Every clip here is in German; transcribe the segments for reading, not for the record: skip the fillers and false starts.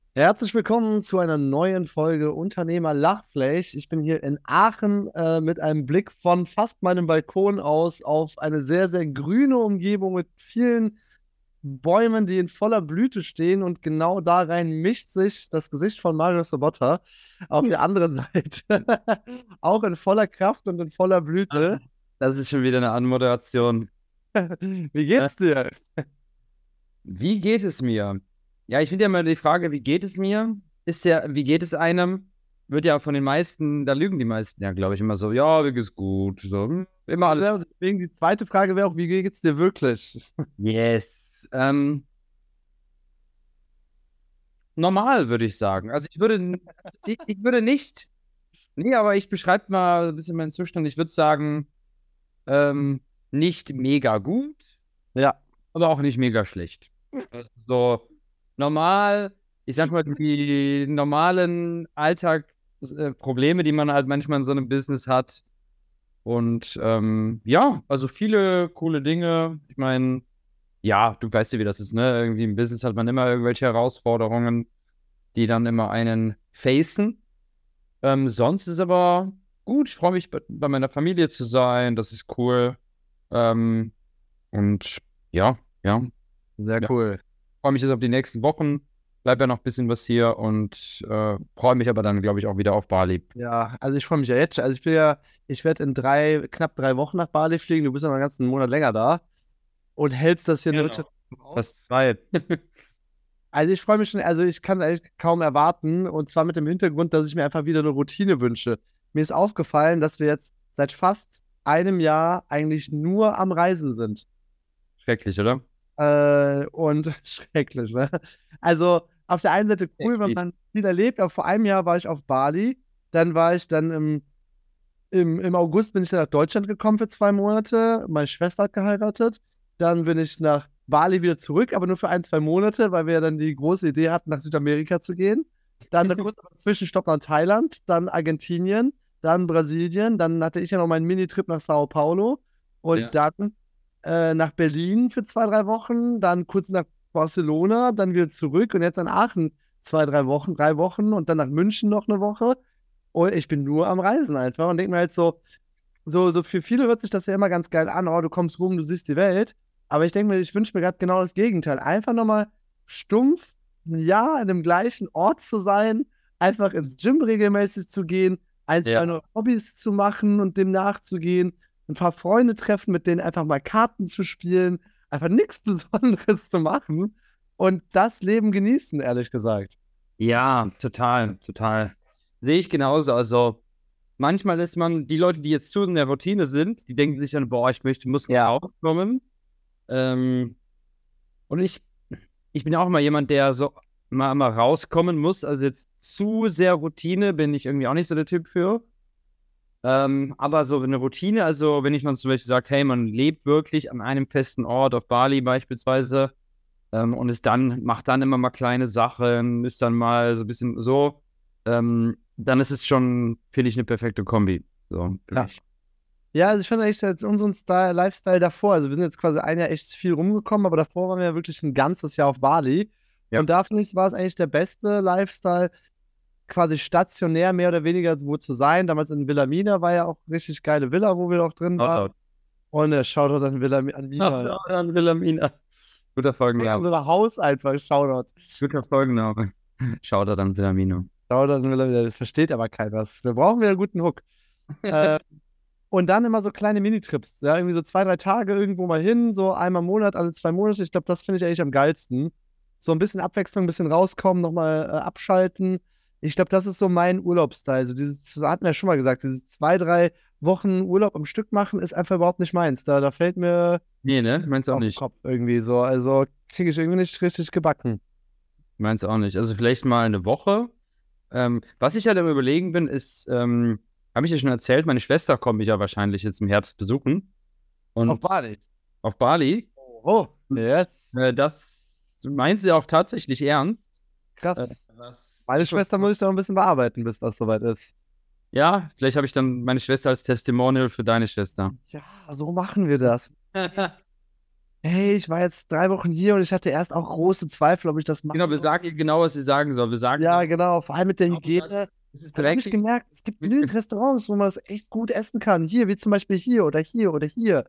Herzlich willkommen zu einer neuen Folge Unternehmer Lachfleisch. Ich bin hier in Aachen mit einem Blick von fast meinem Balkon aus auf eine sehr, sehr grüne Umgebung mit vielen Bäumen, die in voller Blüte stehen. Und genau da rein mischt sich das Gesicht von Mario Sobotta auf der anderen Seite. Auch in voller Kraft und in voller Das Blüte. ist, das ist schon wieder eine Anmoderation. Wie Äh, geht's dir? Wie geht es mir? Ja, ich finde ja immer die Frage, wie geht es mir? Wie geht es einem? Wird ja von den meisten, da lügen die meisten ja, glaube ich, immer so, ja, mir geht's gut. So, immer alles. Ja, deswegen die zweite Frage wäre auch, wie geht's dir wirklich? Yes. Normal, würde ich sagen. Also ich würde nicht, nee, aber ich beschreibe mal ein bisschen meinen Zustand. Ich würde sagen, ähm, nicht mega gut, Ja. aber auch nicht mega schlecht. So normal, ich sag mal, die normalen Alltagsprobleme, die man halt manchmal in so einem Business hat. Und ja, also viele coole Dinge. Ich meine, ja, du weißt ja, wie das ist, ne? Irgendwie im Business hat man immer irgendwelche Herausforderungen, die dann immer einen facen. Sonst ist aber gut. Ich freue mich, bei meiner Familie zu sein. Das ist cool. Ähm, und ja, ja, Sehr ja. cool. Freue mich jetzt auf die nächsten Wochen. Bleib ja noch ein bisschen was hier und freue mich aber dann, glaube ich, auch wieder auf Bali. Ja, also ich freue mich ja jetzt schon. Also ich werde in knapp 3 Wochen nach Bali fliegen. Du bist ja noch einen ganzen Monat länger da und hältst das hier Genau. wirtschaftlich aus. Fast zwei. Also ich freue mich schon, also ich kann eigentlich kaum erwarten und zwar mit dem Hintergrund, dass ich mir einfach wieder eine Routine wünsche. Mir ist aufgefallen, dass wir jetzt seit fast einem Jahr eigentlich nur am Reisen sind. Schrecklich, oder? Und schrecklich, ne? Also auf der einen Seite cool, wenn Schrecklich. man viel erlebt, aber vor einem Jahr war ich auf Bali, dann war ich dann im August bin ich dann nach Deutschland gekommen für 2 Monate. Meine Schwester hat geheiratet. Dann bin ich nach Bali wieder zurück, aber nur für 1, 2 Monate, weil wir ja dann die große Idee hatten, nach Südamerika zu gehen. Dann kurz Zwischenstopp nach Thailand, dann Argentinien, dann Brasilien. Dann hatte ich ja noch meinen Minitrip nach Sao Paulo und Ja. dann nach Berlin für 2, 3 Wochen, dann kurz nach Barcelona, dann wieder zurück und jetzt in Aachen 2, 3 Wochen, 3 Wochen und dann nach München noch eine Woche. Und ich bin nur am Reisen einfach und denke mir halt so für viele hört sich das ja immer ganz geil an, oh, du kommst rum, du siehst die Welt. Aber ich denke mir, ich wünsche mir gerade genau das Gegenteil. Einfach nochmal stumpf ein Jahr an dem gleichen Ort zu sein, einfach ins Gym regelmäßig zu gehen, ein, zwei Ja. neue Hobbys zu machen und dem nachzugehen, ein paar Freunde treffen, mit denen einfach mal Karten zu spielen, einfach nichts Besonderes zu machen und das Leben genießen, ehrlich gesagt. Ja, total, total. Sehe ich genauso. Also manchmal ist man, die Leute, die jetzt zu in der Routine sind, die denken sich dann, boah, muss mal Ja. rauskommen. Ähm, und ich bin auch immer jemand, der so mal rauskommen muss. Also jetzt zu sehr Routine bin ich irgendwie auch nicht so der Typ für. Aber so eine Routine, also wenn ich mal zum Beispiel sage, hey, man lebt wirklich an einem festen Ort, auf Bali beispielsweise, und macht dann immer mal kleine Sachen, ist dann mal so ein bisschen so, dann ist es schon, finde ich, eine perfekte Kombi. So, für Ja. mich. Ja, also ich finde echt jetzt unseren Lifestyle davor, also wir sind jetzt quasi ein Jahr echt viel rumgekommen, aber davor waren wir ja wirklich ein ganzes Jahr auf Bali. Ja. Und da finde ich, war es eigentlich der beste Lifestyle, quasi stationär mehr oder weniger wo zu sein. Damals in Wilhelmina war ja auch eine richtig geile Villa, wo wir auch drin waren. Shoutout. Und Shoutout an Wilhelmina. Ja. Shoutout an Wilhelmina. Guter In Folgenname. so einem Haus einfach, Shoutout. Guter Folgenname. Shoutout an Wilhelmina. Shoutout an Wilhelmina, das versteht aber keiner. Wir brauchen wieder einen guten Hook. Äh, Und dann immer so kleine Minitrips. Ja, irgendwie so 2, 3 Tage irgendwo mal hin, so einmal im Monat, alle 2 Monate. Ich glaube, das finde ich eigentlich am geilsten. So ein bisschen Abwechslung, ein bisschen rauskommen, nochmal abschalten. Ich glaube, das ist so mein Urlaubsstyle. Also dieses, hatten wir ja schon mal gesagt, diese 2, 3 Wochen Urlaub am Stück machen, ist einfach überhaupt nicht meins. Da fällt mir Nee, ne? Meinst du auch auf den nicht? Kopf irgendwie so. Also kriege ich irgendwie nicht richtig gebacken. Meinst du auch nicht? Also vielleicht mal eine Woche. Was ich halt am Überlegen bin, ist, habe ich dir schon erzählt, meine Schwester kommt mich ja wahrscheinlich jetzt im Herbst besuchen. Auf Und Bali. auf Bali. Oh, Und, yes. das meint sie auch tatsächlich ernst. Krass. Was Meine super. Schwester muss ich da noch ein bisschen bearbeiten, bis das soweit ist. Ja, vielleicht habe ich dann meine Schwester als Testimonial für deine Schwester. Ja, so machen wir das. hey, ich war jetzt 3 Wochen hier und ich hatte erst auch große Zweifel, ob ich das Genau, machen wir soll. sagen ihr genau, was sie sagen soll. Wir sagen Ja, so, genau, vor allem mit der Hauptstadt, Hygiene. es ist Also habe ich dreckig. gemerkt, es gibt genügend Restaurants, wo man das echt gut essen kann. Hier, wie zum Beispiel hier oder hier oder hier.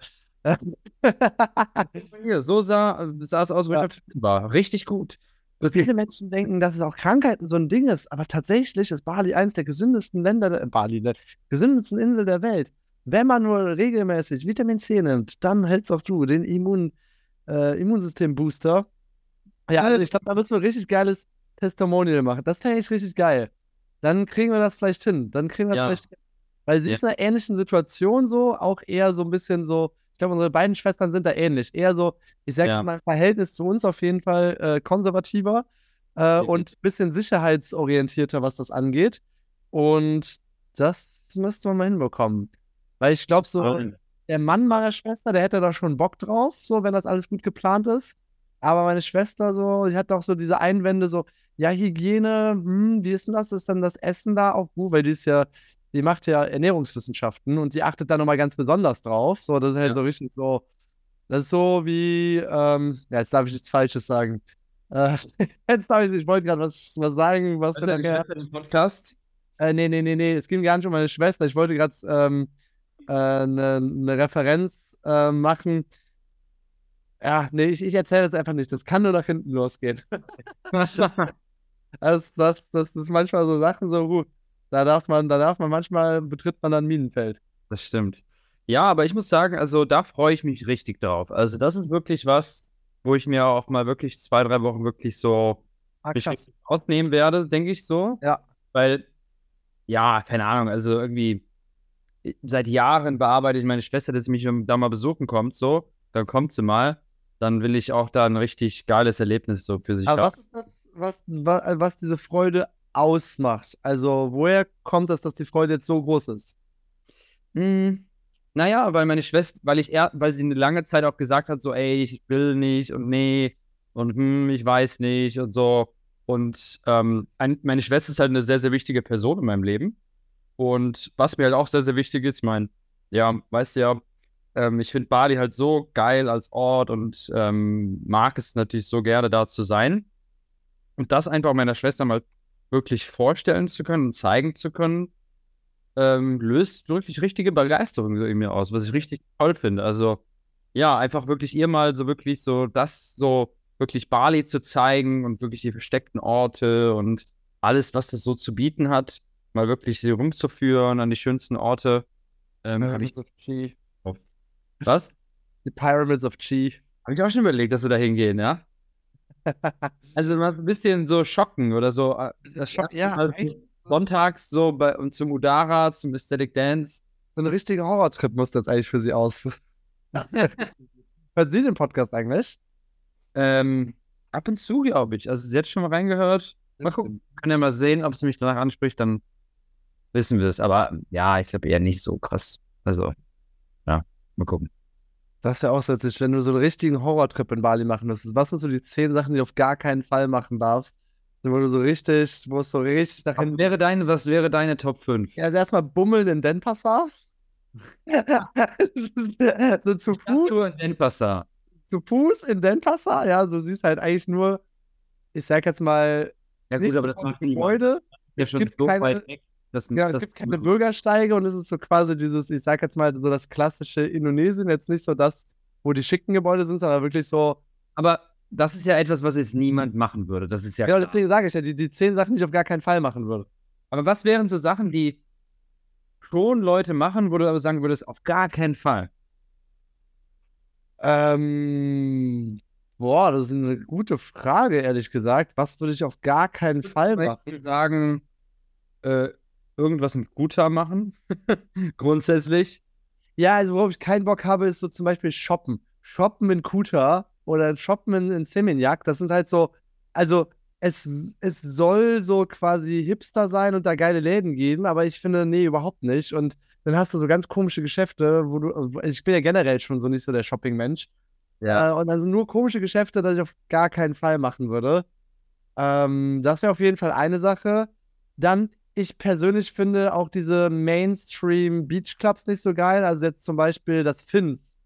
Hier, so sah es aus, wo ich Ja. auf Tüten war. Richtig gut. Viele Menschen denken, dass es auch Krankheiten so ein Ding ist, aber tatsächlich ist Bali eines der gesündesten Länder, Bali, ne, gesündesten Insel der Welt. Wenn man nur regelmäßig Vitamin C nimmt, dann hält's auch du, den Immunsystem-Booster. Ja, also ich glaube, da müssen wir ein richtig geiles Testimonial machen. Das wäre echt richtig geil. Dann kriegen wir das vielleicht hin. Dann kriegen wir das Ja, vielleicht hin. Weil sie ja, ist in einer ähnlichen Situation so, auch eher so ein bisschen so, ich glaube, unsere beiden Schwestern sind da ähnlich. Eher so, ich sag jetzt ja. mal, im Verhältnis zu uns auf jeden Fall konservativer und ein bisschen sicherheitsorientierter, was das angeht. Und das müssten wir mal hinbekommen. Weil ich glaube, so der Mann meiner Schwester, der hätte da schon Bock drauf, so, wenn das alles gut geplant ist. Aber meine Schwester so, die hat doch so diese Einwände, so, ja, Hygiene, wie ist denn das? Ist dann das Essen da auch gut? Weil die macht ja Ernährungswissenschaften und die achtet da nochmal ganz besonders drauf. So, das ist halt Ja. so richtig so, das ist so wie, ja, jetzt darf ich nichts Falsches sagen. Äh, jetzt darf ich nicht, ich wollte gerade was sagen, was wir nachher. Den Podcast? Nee, es ging gar nicht um meine Schwester. Ich wollte gerade eine Referenz machen. Ja, nee, ich erzähle das einfach nicht. Das kann nur nach hinten losgehen. Das ist manchmal so Sachen so gut. Da darf man manchmal betritt man dann Minenfeld. Das stimmt. Ja, aber ich muss sagen, also da freue ich mich richtig drauf. Also das ist wirklich was, wo ich mir auch mal wirklich 2, 3 Wochen wirklich so Ah, mich krass. richtig ausnehmen werde, denke ich so. Ja. Weil, ja, keine Ahnung, also irgendwie seit Jahren bearbeite ich meine Schwester, dass sie mich da mal besuchen kommt, so. Dann kommt sie mal. Dann will ich auch da ein richtig geiles Erlebnis so für sich Aber haben. was ist das, was diese Freude ausmacht? Also, woher kommt das, dass die Freude jetzt so groß ist? Hm, naja, weil meine Schwester, weil sie eine lange Zeit auch gesagt hat, so, ey, ich will nicht und nee und ich weiß nicht und so. Und meine Schwester ist halt eine sehr, sehr wichtige Person in meinem Leben. Und was mir halt auch sehr, sehr wichtig ist, ich meine, ja, weißt du ja, ich finde Bali halt so geil als Ort und mag es natürlich so gerne da zu sein. Und das einfach meiner Schwester mal wirklich vorstellen zu können und zeigen zu können, löst wirklich richtige Begeisterung so in mir aus, was ich richtig toll finde. Also, ja, einfach wirklich ihr mal so wirklich so das so wirklich Bali zu zeigen und wirklich die versteckten Orte und alles, was das so zu bieten hat, mal wirklich sie rumzuführen an die schönsten Orte. Habe ich. Pyramids of Chi. Was? Die Pyramids of Chi. Habe ich auch schon überlegt, dass wir da hingehen, ja? Also mal so ein bisschen so schocken oder so. Das Schock, erste ja, Mal echt. sonntags so bei und zum Udara, zum Aesthetic Dance. So ein richtiger Horrortrip muss das eigentlich für sie aus. Hört sie den Podcast eigentlich? Ähm, ab und zu, glaube ich. Also sie hat schon mal reingehört. Mal gucken. Können ja mal sehen, ob es mich danach anspricht, dann wissen wir es. Aber ja, ich glaube eher nicht so krass. Also, ja, mal gucken. Das ist ja auch so, als wenn du so einen richtigen Horrortrip in Bali machen müsstest. Was sind so die 10 Sachen, die du auf gar keinen Fall machen darfst? Wo du so richtig, wo es so richtig nach hinten. Was wäre deine Top 5? Ja, also erstmal bummeln in Denpasar. So Nur in Denpasar. zu Fuß in Denpasar. Ja, du siehst halt eigentlich nur, ich sag jetzt mal, Ja gut, nicht so aber das tolle macht niemand. Gebäude. Ja, Es schon gibt so keine, weit weg. Das, genau, es das, gibt keine Bürgersteige und es ist so quasi dieses, ich sag jetzt mal, so das klassische Indonesien. Jetzt nicht so das, wo die schicken Gebäude sind, sondern wirklich so. aber das ist ja etwas, was jetzt niemand machen würde. Das ist ja Genau, klar. deswegen sage ich ja, die 10 Sachen, die ich auf gar keinen Fall machen würde. Aber was wären so Sachen, die schon Leute machen, wo du aber sagen würdest, auf gar keinen Fall? Boah, das ist eine gute Frage, ehrlich gesagt. Was würde ich auf gar keinen Fall machen? Ich würde sagen, äh, irgendwas in Kuta machen. Grundsätzlich. Ja, also worauf ich keinen Bock habe, ist so zum Beispiel Shoppen. Shoppen in Kuta oder Shoppen in Seminyak, das sind halt so, also es soll so quasi Hipster sein und da geile Läden geben, aber ich finde, nee, überhaupt nicht. Und dann hast du so ganz komische Geschäfte, wo du, also ich bin ja generell schon so nicht so der Shopping-Mensch. Ja. Und dann sind nur komische Geschäfte, das ich auf gar keinen Fall machen würde. Das wäre auf jeden Fall eine Sache. Dann, ich persönlich finde auch diese Mainstream Beach Clubs nicht so geil. Also jetzt zum Beispiel das Finns.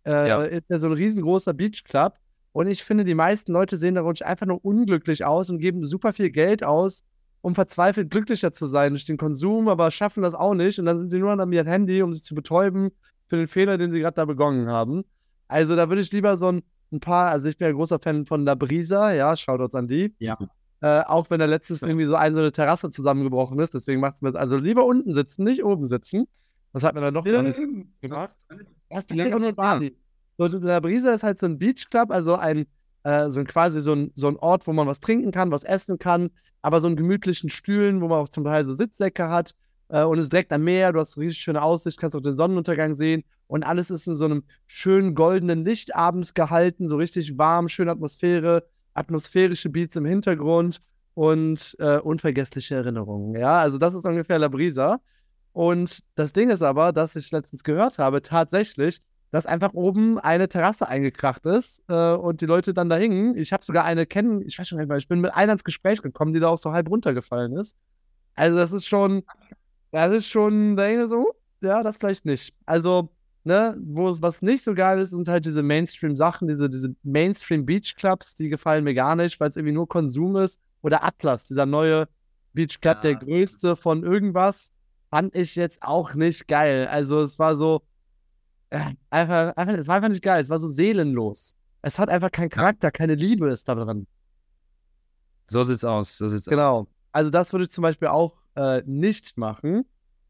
ist ja so ein riesengroßer Beachclub. Und ich finde, die meisten Leute sehen da ruhig einfach nur unglücklich aus und geben super viel Geld aus, um verzweifelt glücklicher zu sein durch den Konsum, aber schaffen das auch nicht. Und dann sind sie nur an ihrem Handy, um sich zu betäuben für den Fehler, den sie gerade da begangen haben. Also da würde ich lieber so ein paar, also ich bin ja großer Fan von La Brisa, ja, Shoutouts an die. Ja. Auch wenn da letztens irgendwie so eine Terrasse zusammengebrochen ist, deswegen macht es mir also lieber unten sitzen, nicht oben sitzen. Das hat mir dann doch alles gemacht. Das ist ja nur Bali. So, La Brisa ist halt so ein Beachclub, also quasi so ein Ort, wo man was trinken kann, was essen kann, aber so einen gemütlichen Stühlen, wo man auch zum Teil so Sitzsäcke hat und es ist direkt am Meer, du hast eine richtig schöne Aussicht, kannst auch den Sonnenuntergang sehen und alles ist in so einem schönen goldenen Licht abends gehalten, so richtig warm, schöne Atmosphäre, atmosphärische Beats im Hintergrund und unvergessliche Erinnerungen. Ja, also das ist ungefähr La Brisa. Und das Ding ist aber, dass ich letztens gehört habe, tatsächlich, dass einfach oben eine Terrasse eingekracht ist und die Leute dann da hingen. Ich habe sogar eine kennen, ich weiß schon nicht mehr, ich bin mit einer ins Gespräch gekommen, die da auch so halb runtergefallen ist. Also das ist schon, da denke ich mir so, ja, das vielleicht nicht. Also, ne, was nicht so geil ist, sind halt diese Mainstream-Sachen, diese Mainstream-Beach-Clubs, die gefallen mir gar nicht, weil es irgendwie nur Konsum ist. Oder Atlas, dieser neue Beach-Club, der größte von irgendwas, fand ich jetzt auch nicht geil. Also, es war so, es war einfach nicht geil. Es war so seelenlos. Es hat einfach keinen Charakter, keine Liebe ist da drin. So sieht's aus. Genau. Also das würde ich zum Beispiel auch nicht machen.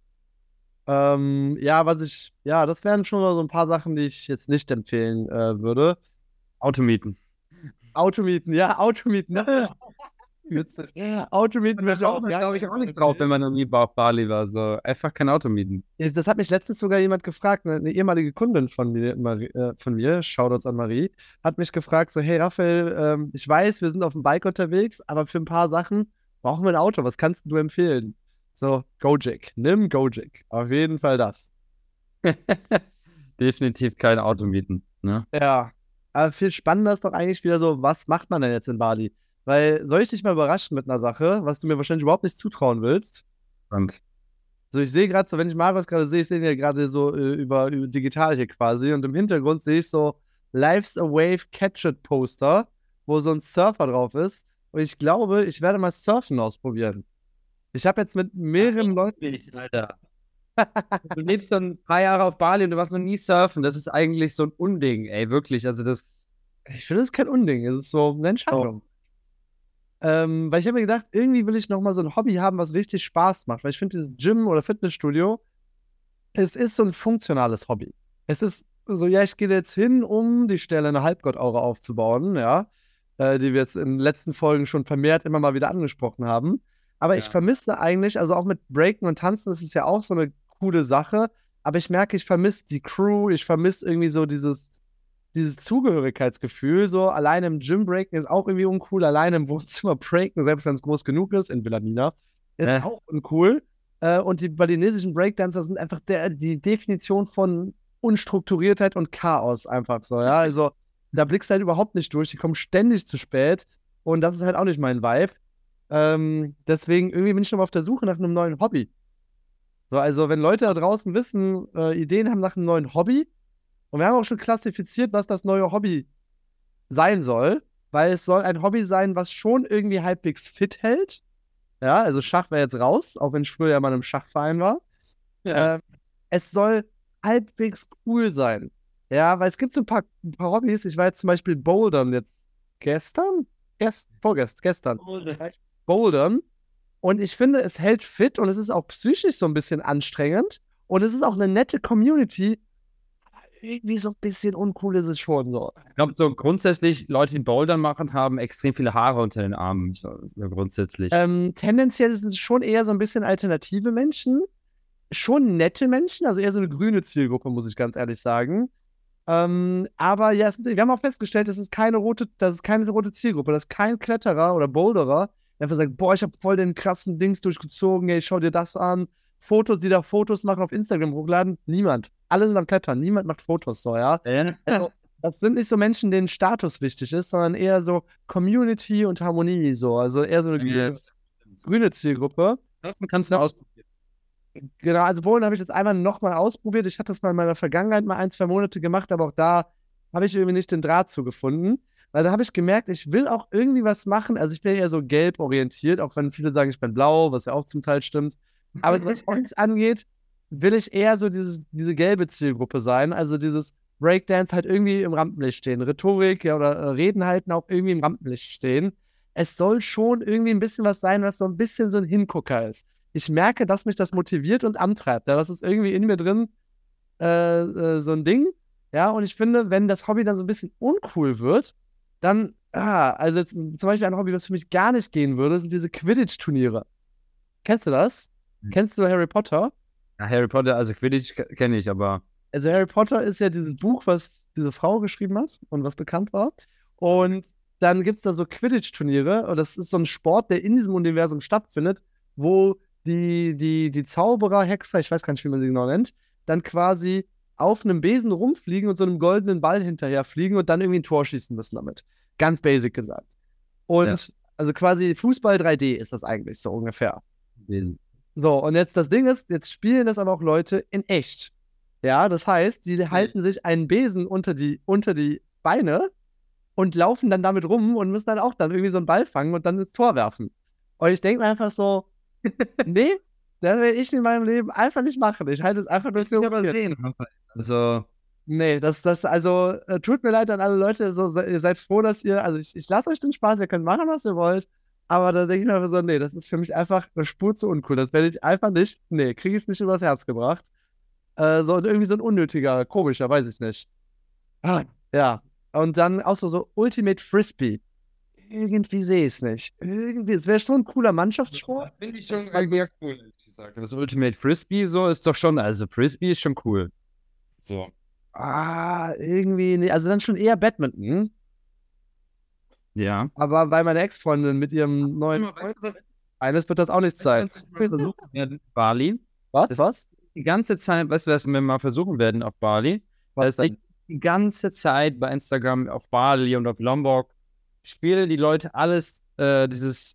Ja, das wären schon so ein paar Sachen, die ich jetzt nicht empfehlen würde. Automieten. Automieten, ja, Automieten. Das ist witzig. Automieten wäre auch, glaube ich, auch nicht drauf, wenn man noch nie auf Bali war. So einfach kein Auto mieten. Das hat mich letztens sogar jemand gefragt, eine ehemalige Kundin von mir, Shoutouts an Marie, hat mich gefragt, so, hey Raphael, ich weiß, wir sind auf dem Bike unterwegs, aber für ein paar Sachen brauchen wir ein Auto, was kannst du empfehlen? So, Gojek, nimm Gojek, auf jeden Fall das. Definitiv kein Auto mieten, ne? Ja, aber viel spannender ist doch eigentlich wieder so, was macht man denn jetzt in Bali? Weil, soll ich dich mal überraschen mit einer Sache, was du mir wahrscheinlich überhaupt nicht zutrauen willst? Dank. So, ich sehe gerade so, wenn ich Marius gerade sehe, ich sehe ihn ja gerade so über digital hier quasi und im Hintergrund sehe ich so Life's a Wave Catch-It Poster, wo so ein Surfer drauf ist und ich glaube, ich werde mal Surfen ausprobieren. Ich habe jetzt mit mehreren Leuten... Alter. Du lebst so ein paar Jahre auf Bali und du warst noch nie surfen. Das ist eigentlich so ein Unding, ey, wirklich. Also das... Ich finde, das ist kein Unding, es ist so eine Entscheidung. Weil ich habe mir gedacht, irgendwie will ich nochmal so ein Hobby haben, was richtig Spaß macht. Weil ich finde, dieses Gym oder Fitnessstudio, es ist so ein funktionales Hobby. Es ist so, ja, ich gehe jetzt hin, um die Stelle eine Halbgottaura aufzubauen, ja, die wir jetzt in den letzten Folgen schon vermehrt immer mal wieder angesprochen haben. Aber ich vermisse eigentlich, also auch mit Breaken und Tanzen, das ist ja auch so eine coole Sache. Aber ich merke, ich vermisse die Crew, ich vermisse irgendwie so dieses Zugehörigkeitsgefühl, so alleine im Gym breaken ist auch irgendwie uncool, alleine im Wohnzimmer breaken, selbst wenn es groß genug ist, in Villanina, ist auch uncool. Und die balinesischen Breakdancer sind einfach die Definition von Unstrukturiertheit und Chaos einfach so, ja, also da blickst du halt überhaupt nicht durch, die kommen ständig zu spät und das ist halt auch nicht mein Vibe. Deswegen irgendwie bin ich schon mal auf der Suche nach einem neuen Hobby. So, also wenn Leute da draußen wissen, Ideen haben nach einem neuen Hobby, und wir haben auch schon klassifiziert, was das neue Hobby sein soll, weil es soll ein Hobby sein, was schon irgendwie halbwegs fit hält. Ja, also Schach wäre jetzt raus, auch wenn ich früher ja mal im Schachverein war. Ja. Es soll halbwegs cool sein. Ja, weil es gibt so ein paar Hobbys. Ich war jetzt zum Beispiel Bouldern jetzt gestern? Gestern. Bouldern. Und ich finde, es hält fit und es ist auch psychisch so ein bisschen anstrengend. Und es ist auch eine nette Community. Irgendwie so ein bisschen uncool ist es schon so. Ich glaube, so grundsätzlich, Leute, die Bouldern machen, haben extrem viele Haare unter den Armen. So grundsätzlich. Tendenziell sind es schon eher so ein bisschen alternative Menschen. Schon nette Menschen, also eher so eine grüne Zielgruppe, muss ich ganz ehrlich sagen. Aber ja, wir haben auch festgestellt, das ist keine rote Zielgruppe. Das ist kein Kletterer oder Boulderer, der einfach sagt, boah, ich habe voll den krassen Dings durchgezogen, ey, schau dir das an. Die da Fotos machen, auf Instagram hochladen. Niemand. Alle sind am Klettern. Niemand macht Fotos so, ja. Also, das sind nicht so Menschen, denen Status wichtig ist, sondern eher so Community und Harmonie so. Also eher so eine grüne Zielgruppe. Das kannst du ausprobieren. Genau, also Bowlen habe ich jetzt einmal nochmal ausprobiert. Ich hatte das mal in meiner Vergangenheit mal 1, 2 Monate gemacht, aber auch da habe ich irgendwie nicht den Draht zugefunden. Weil da habe ich gemerkt, ich will auch irgendwie was machen. Also ich bin eher so gelb orientiert, auch wenn viele sagen, ich bin blau, was ja auch zum Teil stimmt. Aber was uns angeht, will ich eher so diese gelbe Zielgruppe sein. Also dieses Breakdance halt irgendwie im Rampenlicht stehen. Rhetorik, ja, oder Reden halten auch irgendwie im Rampenlicht stehen. Es soll schon irgendwie ein bisschen was sein, was so ein bisschen so ein Hingucker ist. Ich merke, dass mich das motiviert und antreibt. Ja, das ist irgendwie in mir drin so ein Ding. Ja, und ich finde, wenn das Hobby dann so ein bisschen uncool wird, dann, also jetzt zum Beispiel ein Hobby, was für mich gar nicht gehen würde, sind diese Quidditch-Turniere. Kennst du das? Kennst du Harry Potter? Ja, Harry Potter, also Quidditch kenne ich, aber Also Harry Potter ist ja dieses Buch, was diese Frau geschrieben hat und was bekannt war. Und dann gibt es da so Quidditch-Turniere. Und das ist so ein Sport, der in diesem Universum stattfindet, wo die Zauberer, Hexer, ich weiß gar nicht, wie man sie genau nennt, dann quasi auf einem Besen rumfliegen und so einem goldenen Ball hinterherfliegen und dann irgendwie ein Tor schießen müssen damit. Ganz basic gesagt. ja. Und also quasi Fußball 3D ist das eigentlich so ungefähr. So, und jetzt das Ding ist, jetzt spielen das aber auch Leute in echt. Ja, das heißt, die halten sich einen Besen unter die Beine und laufen dann damit rum und müssen dann auch dann irgendwie so einen Ball fangen und dann ins Tor werfen. Und ich denke mir einfach so, nee, das will ich in meinem Leben einfach nicht machen. Ich halte es einfach nur für weird. Sehen. Also, Nee, also tut mir leid an alle Leute, so, ihr seid froh, dass also ich lasse euch den Spaß, ihr könnt machen, was ihr wollt, aber da denke ich mir einfach so, nee, das ist für mich einfach eine Spur zu uncool. Das werde ich einfach nicht, nee, kriege ich nicht übers Herz gebracht. So und irgendwie so ein unnötiger, komischer, weiß ich nicht. Ja, und dann auch so Ultimate Frisbee. Irgendwie sehe ich es nicht. Irgendwie, es wäre schon ein cooler Mannschaftssport. finde ich schon mega cool, ehrlich gesagt. Das Ultimate Frisbee so ist doch schon, also Frisbee ist schon cool. So. Irgendwie, nee, also dann schon eher Badminton. Ja. Aber bei meiner Ex-Freundin mit ihrem neuen Freund, eines wird das auch nichts sein. Versuchen werden Bali. Was, Das was? die ganze Zeit, weißt du, was wir mal versuchen werden auf Bali? Was Dass ich denn? die ganze Zeit bei Instagram auf Bali und auf Lombok spielen die Leute alles dieses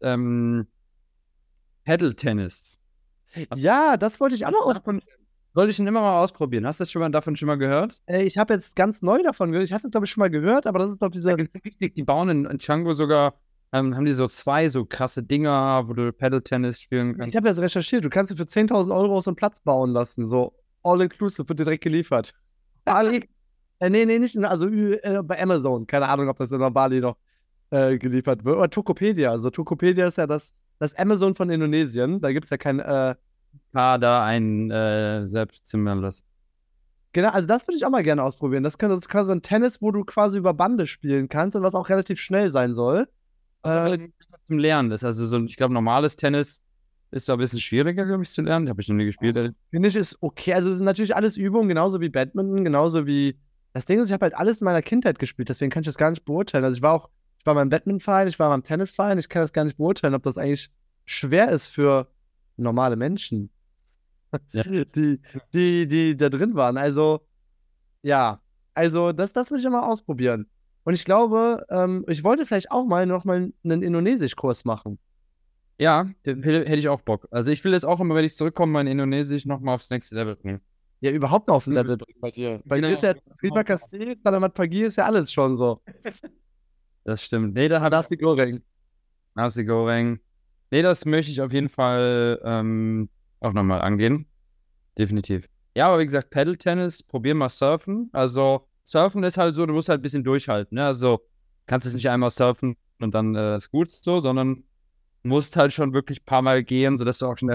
Paddle-Tennis. Ja, das wollte ich auch noch ausprobieren. Sollte ich ihn immer mal ausprobieren. Hast du das davon schon mal gehört? Ich habe jetzt ganz neu davon gehört. Ich hatte es, glaube ich, schon mal gehört, aber das ist doch diese. Richtig, die bauen in Django sogar, haben die so zwei so krasse Dinger, wo du Paddle-Tennis spielen kannst. Ich habe das recherchiert. Du kannst dir für 10.000 Euro so einen Platz bauen lassen. So all-inclusive wird dir direkt geliefert. Bali? Nee, nicht. Also bei Amazon. Keine Ahnung, ob das in Bali noch geliefert wird. Oder Tokopedia. Also Tokopedia ist ja das Amazon von Indonesien. Da gibt es ja kein. Da ein Selbstzimmer lassen. Genau, also das würde ich auch mal gerne ausprobieren. Das kann so ein Tennis, wo du quasi über Bande spielen kannst und was auch relativ schnell sein soll. Zum Lernen ist. Also so, ich glaube, normales Tennis ist da ein bisschen schwieriger, glaube ich, zu lernen. Habe ich noch nie gespielt. Finde ich ist okay. Also es sind natürlich alles Übungen, genauso wie Badminton, genauso wie. Das Ding ist, ich habe halt alles in meiner Kindheit gespielt, deswegen kann ich das gar nicht beurteilen. Also ich war beim Badmintonverein, ich war beim Tennisverein, ich kann das gar nicht beurteilen, ob das eigentlich schwer ist für normale Menschen, Ja. die da drin waren. Also, ja. Also, das würde ich mal ausprobieren. Und ich glaube, ich wollte vielleicht auch noch mal einen Indonesischkurs machen. Ja, hätte ich auch Bock. Also ich will jetzt auch immer, wenn ich zurückkomme, mein Indonesisch nochmal aufs nächste Level bringen. Ja, überhaupt noch auf ein Level bringen bei dir. Bei dir ist ja Terima Kasih, Salamat Pagi ist ja alles schon so. Das stimmt. Nee, da hat Nasi Goreng. Nasi Goreng. Nee, das möchte ich auf jeden Fall auch nochmal angehen. Definitiv. Ja, aber wie gesagt, Paddle-Tennis, probier mal Surfen. Also Surfen ist halt so, du musst halt ein bisschen durchhalten. Ne? Also kannst es nicht einmal surfen und dann ist gut so, sondern musst halt schon wirklich ein paar Mal gehen, sodass du auch schon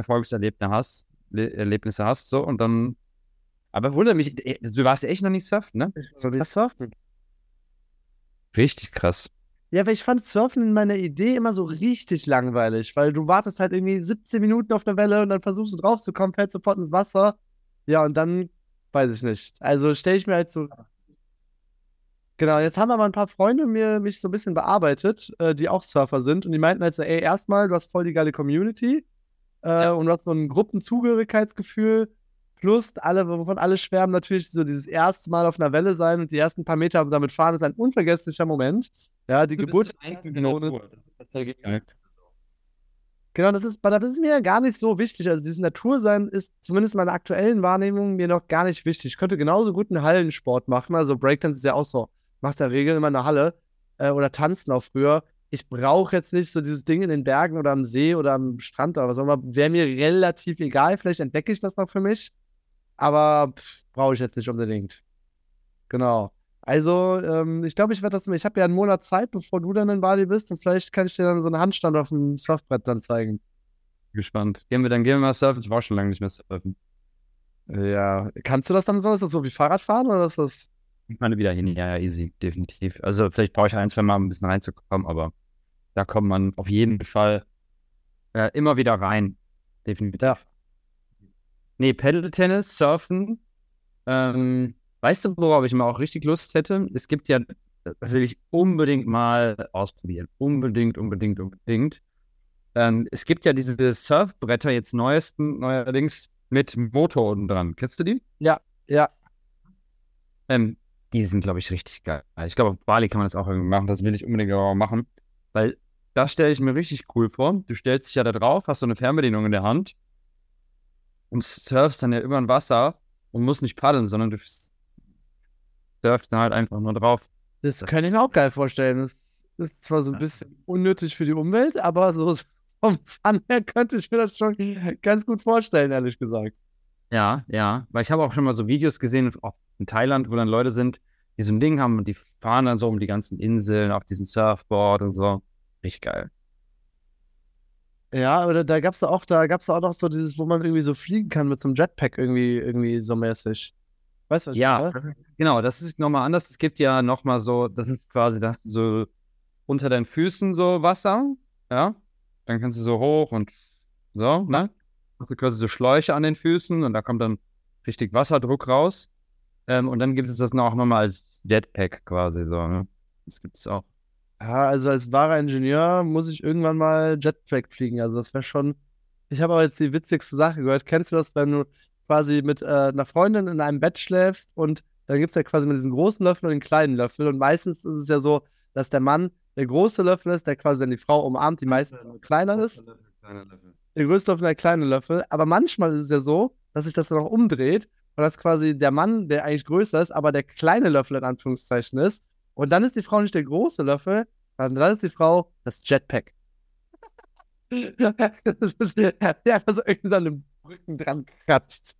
Erlebnisse hast, so und dann. Aber wundert mich, du warst ja echt noch nicht surfen, ne? So wie Surfen. Richtig krass. Ja, weil ich fand Surfen in meiner Idee immer so richtig langweilig, weil du wartest halt irgendwie 17 Minuten auf der Welle und dann versuchst du draufzukommen, fällst sofort ins Wasser. Ja, und dann weiß ich nicht. Also stelle ich mir halt so. Genau, jetzt haben aber ein paar Freunde mich so ein bisschen bearbeitet, die auch Surfer sind und die meinten halt so, ey, erstmal, du hast voll die geile Community und du hast so ein Gruppenzugehörigkeitsgefühl. Plus, wovon alle schwärmen, natürlich so dieses erste Mal auf einer Welle sein und die ersten paar Meter damit fahren, ist ein unvergesslicher Moment. Ja, die Geburt. Das ist tatsächlich geil. Genau, das ist mir ja gar nicht so wichtig. Also dieses Natursein ist zumindest in meiner aktuellen Wahrnehmung mir noch gar nicht wichtig. Ich könnte genauso gut einen Hallensport machen. Also Breakdance ist ja auch so. Machst ja Regeln immer in der Halle oder tanzen auch früher. Ich brauche jetzt nicht so dieses Ding in den Bergen oder am See oder am Strand oder was auch immer. Wäre mir relativ egal. Vielleicht entdecke ich das noch für mich. Aber brauche ich jetzt nicht unbedingt. Genau. Also, ich glaube, ich habe ja einen Monat Zeit, bevor du dann in Bali bist. Und vielleicht kann ich dir dann so einen Handstand auf dem Surfbrett dann zeigen. Gespannt. Gehen wir mal surfen. Ich war schon lange nicht mehr surfen. Ja, kannst du das dann so? Ist das so wie Fahrradfahren oder ist das? Ich meine wieder hin. Ja, ja, easy, definitiv. Also vielleicht brauche ich ein, zwei Mal ein bisschen reinzukommen, aber da kommt man auf jeden Fall immer wieder rein. Definitiv. Ja. Nee, Paddle-Tennis, Surfen. Weißt du, worauf ich mal auch richtig Lust hätte? Es gibt ja, das will ich unbedingt mal ausprobieren. Unbedingt, unbedingt, unbedingt. Es gibt ja diese Surfbretter jetzt neuerdings mit Motor unten dran. Kennst du die? Ja, ja. Die sind, glaube ich, richtig geil. Ich glaube, auf Bali kann man das auch irgendwie machen. Das will ich unbedingt auch machen. Weil das stelle ich mir richtig cool vor. Du stellst dich ja da drauf, hast so eine Fernbedienung in der Hand und surfst dann ja über ein Wasser und musst nicht paddeln, sondern du surfst dann halt einfach nur drauf. Das kann ich mir auch geil vorstellen. Das ist zwar so ein bisschen unnötig für die Umwelt, aber so vom Fun her könnte ich mir das schon ganz gut vorstellen, ehrlich gesagt. Ja, ja. Weil ich habe auch schon mal so Videos gesehen, auch in Thailand, wo dann Leute sind, die so ein Ding haben und die fahren dann so um die ganzen Inseln auf diesem Surfboard und so. Richtig geil. Ja, oder da gab's auch noch so dieses, wo man irgendwie so fliegen kann mit so einem Jetpack irgendwie so mäßig. Weißt du, was ich Ja, meine? genau, das ist nochmal anders. Es gibt ja nochmal so, das ist quasi das so unter deinen Füßen so Wasser, ja. Dann kannst du so hoch und so, ne? Hast du quasi so Schläuche an den Füßen und da kommt dann richtig Wasserdruck raus. Und dann gibt es das auch nochmal als Jetpack quasi so, ne? Das gibt es auch. Ja, also als wahrer Ingenieur muss ich irgendwann mal Jetpack fliegen. Also das wäre schon. Ich habe aber jetzt die witzigste Sache gehört. Kennst du das, wenn du quasi mit einer Freundin in einem Bett schläfst und dann gibt es ja quasi mit diesen großen Löffel und den kleinen Löffel und meistens ist es ja so, dass der Mann der große Löffel ist, der quasi dann die Frau umarmt, die meistens kleiner ist. Der größte Löffel, der kleine Löffel. Aber manchmal ist es ja so, dass sich das dann auch umdreht und dass quasi der Mann, der eigentlich größer ist, aber der kleine Löffel in Anführungszeichen ist. Und dann ist die Frau nicht der große Löffel, sondern dann ist die Frau das Jetpack. Das ist, der einfach so irgendwie so an den Brücken dran kratzt.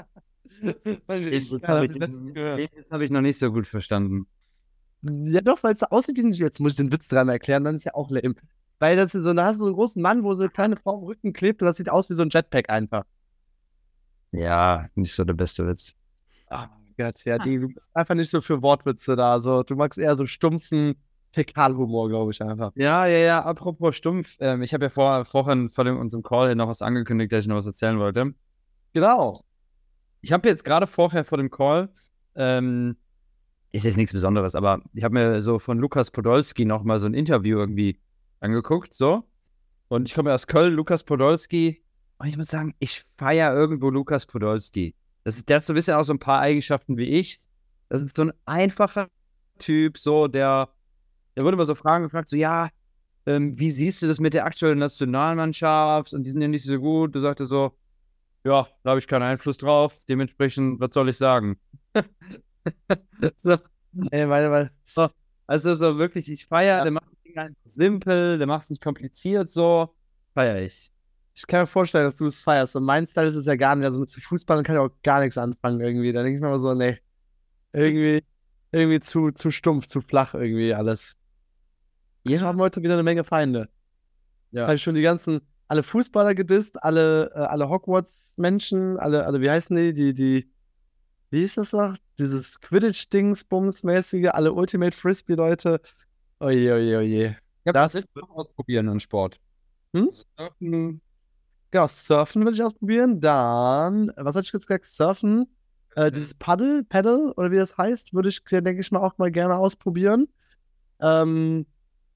Das habe ich noch nicht so gut verstanden. Ja, doch, weil es so aussieht wie jetzt muss ich den Witz dreimal erklären, dann ist ja auch lame. Weil das ist so, da hast du so einen großen Mann, wo so eine kleine Frau am Rücken klebt und das sieht aus wie so ein Jetpack einfach. Ja, nicht so der beste Witz. Oh mein Gott, ja, du bist einfach nicht so für Wortwitze da. Also, du magst eher so stumpfen Fäkalhumor, glaube ich einfach. Ja, ja, ja, apropos stumpf. Ich habe ja vorhin vor unserem Call hier noch was angekündigt, dass ich noch was erzählen wollte. Genau. Ich habe jetzt gerade vorher vor dem Call, ist jetzt nichts Besonderes, aber ich habe mir so von Lukas Podolski noch mal so ein Interview irgendwie angeguckt, so. Und ich komme ja aus Köln, Lukas Podolski. Und ich muss sagen, ich feiere irgendwo Lukas Podolski. Der hat so ein bisschen auch so ein paar Eigenschaften wie ich. Das ist so ein einfacher Typ, so, der wurde immer so Fragen gefragt, so, ja, wie siehst du das mit der aktuellen Nationalmannschaft? Und die sind ja nicht so gut. Du sagte so, ja, da habe ich keinen Einfluss drauf. Dementsprechend, was soll ich sagen? So, Ey, weil, so. Also so wirklich, ich feiere, der macht das Ding einfach simpel, der macht es nicht kompliziert, so feiere ich. ich kann mir vorstellen, dass du es feierst. Und mein Style ist es ja gar nicht. Also mit Fußball kann ich auch gar nichts anfangen irgendwie. Da denke ich mir immer so, nee, irgendwie zu stumpf, zu flach irgendwie alles. Wir haben heute wieder eine Menge Feinde. Ja. Habe ich schon alle Fußballer gedisst, alle Hogwarts-Menschen, alle, wie heißen wie hieß das noch? Dieses Quidditch-Dings-Bums-mäßige, alle Ultimate Frisbee-Leute. Oje, oje, oje. Ich habe Das, das jetzt auch ausprobieren an Sport. hm? Surfen, Genau, Surfen will ich ausprobieren. Dann, was hatte ich jetzt gesagt? Surfen. Dieses Paddle, oder wie das heißt, würde ich, denke ich mal, auch mal gerne ausprobieren. Ähm,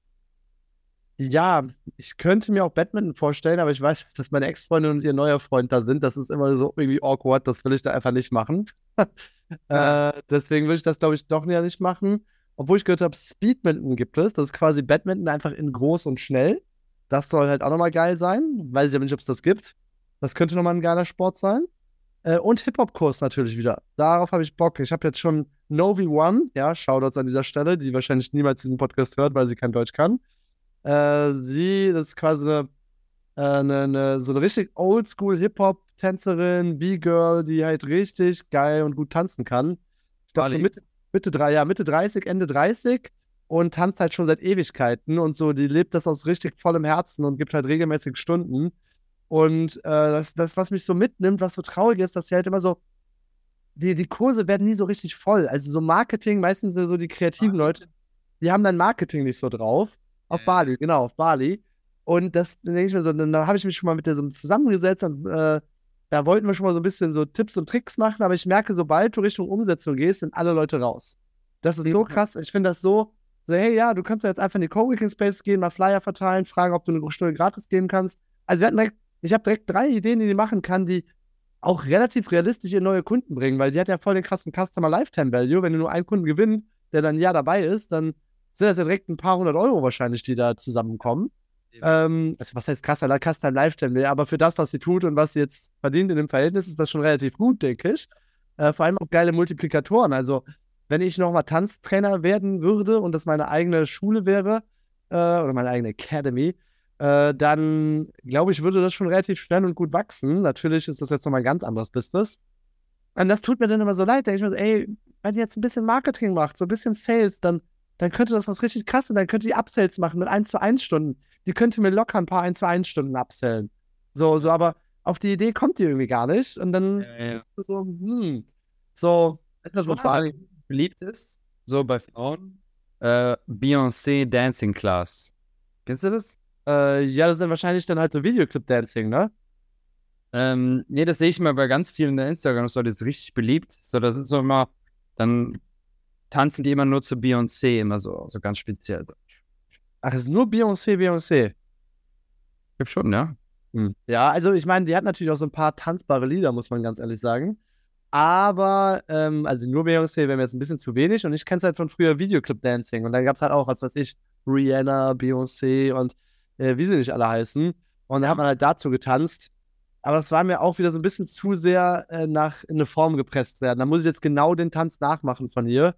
Ja, ich könnte mir auch Badminton vorstellen, aber ich weiß, dass meine Ex-Freundin und ihr neuer Freund da sind. Das ist immer so irgendwie awkward, das will ich da einfach nicht machen. Deswegen würde ich das, glaube ich, doch ja nicht machen. Obwohl ich gehört habe, Speedminton gibt es. Das ist quasi Badminton einfach in groß und schnell. Das soll halt auch nochmal geil sein. Weiß ich aber nicht, ob es das gibt. Das könnte nochmal ein geiler Sport sein. Und Hip-Hop-Kurs natürlich wieder. Darauf habe ich Bock. Ich habe jetzt schon Novi One, ja, Shoutouts an dieser Stelle, die wahrscheinlich niemals diesen Podcast hört, weil sie kein Deutsch kann. Das ist quasi so eine richtig Oldschool-Hip-Hop-Tänzerin, B-Girl, die halt richtig geil und gut tanzen kann. Ich glaube, so Mitte 30, Ende 30 und tanzt halt schon seit Ewigkeiten und so, die lebt das aus richtig vollem Herzen und gibt halt regelmäßig Stunden. Und das, was mich so mitnimmt, was so traurig ist, dass sie halt immer so, die Kurse werden nie so richtig voll. Also so Marketing, meistens sind so die kreativen Leute, die haben dann Marketing nicht so drauf. Auf Bali, genau, auf Bali. Und das denke ich mir so, dann habe ich mich schon mal mit der so zusammengesetzt und da wollten wir schon mal so ein bisschen so Tipps und Tricks machen, aber ich merke, sobald du Richtung Umsetzung gehst, sind alle Leute raus. Das ist so krass. Ich finde das so, hey, ja, du kannst ja jetzt einfach in die Coworking Space gehen, mal Flyer verteilen, fragen, ob du eine Stunde gratis geben kannst. Also ich habe direkt 3 Ideen, die machen kann, die auch relativ realistisch ihr neue Kunden bringen, weil die hat ja voll den krassen Customer Lifetime Value. Wenn du nur einen Kunden gewinnst, der dann ein Jahr dabei ist, dann sind das ja direkt ein paar hundert Euro wahrscheinlich, die da zusammenkommen. Also was heißt Customer Lifetime Value, aber für das, was sie tut und was sie jetzt verdient in dem Verhältnis, ist das schon relativ gut, denke ich. Vor allem auch geile Multiplikatoren. Also wenn ich nochmal Tanztrainer werden würde und das meine eigene Schule wäre, oder meine eigene Academy, dann glaube ich, würde das schon relativ schnell und gut wachsen. Natürlich ist das jetzt nochmal ein ganz anderes Business. Und das tut mir dann immer so leid. Da denke ich mir so, ey, wenn ihr jetzt ein bisschen Marketing macht, so ein bisschen Sales, dann könnte das was richtig krass sein. Dann könnt ihr Upsells machen mit 1:1 Stunden. Die könnte mir locker ein paar 1:1 Stunden upsellen. So, aber auf die Idee kommt die irgendwie gar nicht. Und dann so, so. Weißt du, was vor allem beliebt ist? So bei Frauen? Beyoncé Dancing Class. Kennst du das? Ja, das ist dann wahrscheinlich dann halt so Videoclip-Dancing, ne? Nee, das sehe ich mal bei ganz vielen in der Instagram, so, das ist richtig beliebt. So, das ist so immer, dann tanzen die immer nur zu Beyoncé, immer so ganz speziell. Ach, es ist nur Beyoncé. Ich glaube schon, ja. Ja, also ich meine, die hat natürlich auch so ein paar tanzbare Lieder, muss man ganz ehrlich sagen. Aber, also nur Beyoncé wäre mir jetzt ein bisschen zu wenig und ich kenne es halt von früher Videoclip-Dancing und dann gab es halt auch, was weiß ich, Rihanna, Beyoncé und wie sie nicht alle heißen. Und da hat man halt dazu getanzt. Aber das war mir auch wieder so ein bisschen zu sehr in eine Form gepresst werden. Da muss ich jetzt genau den Tanz nachmachen von ihr.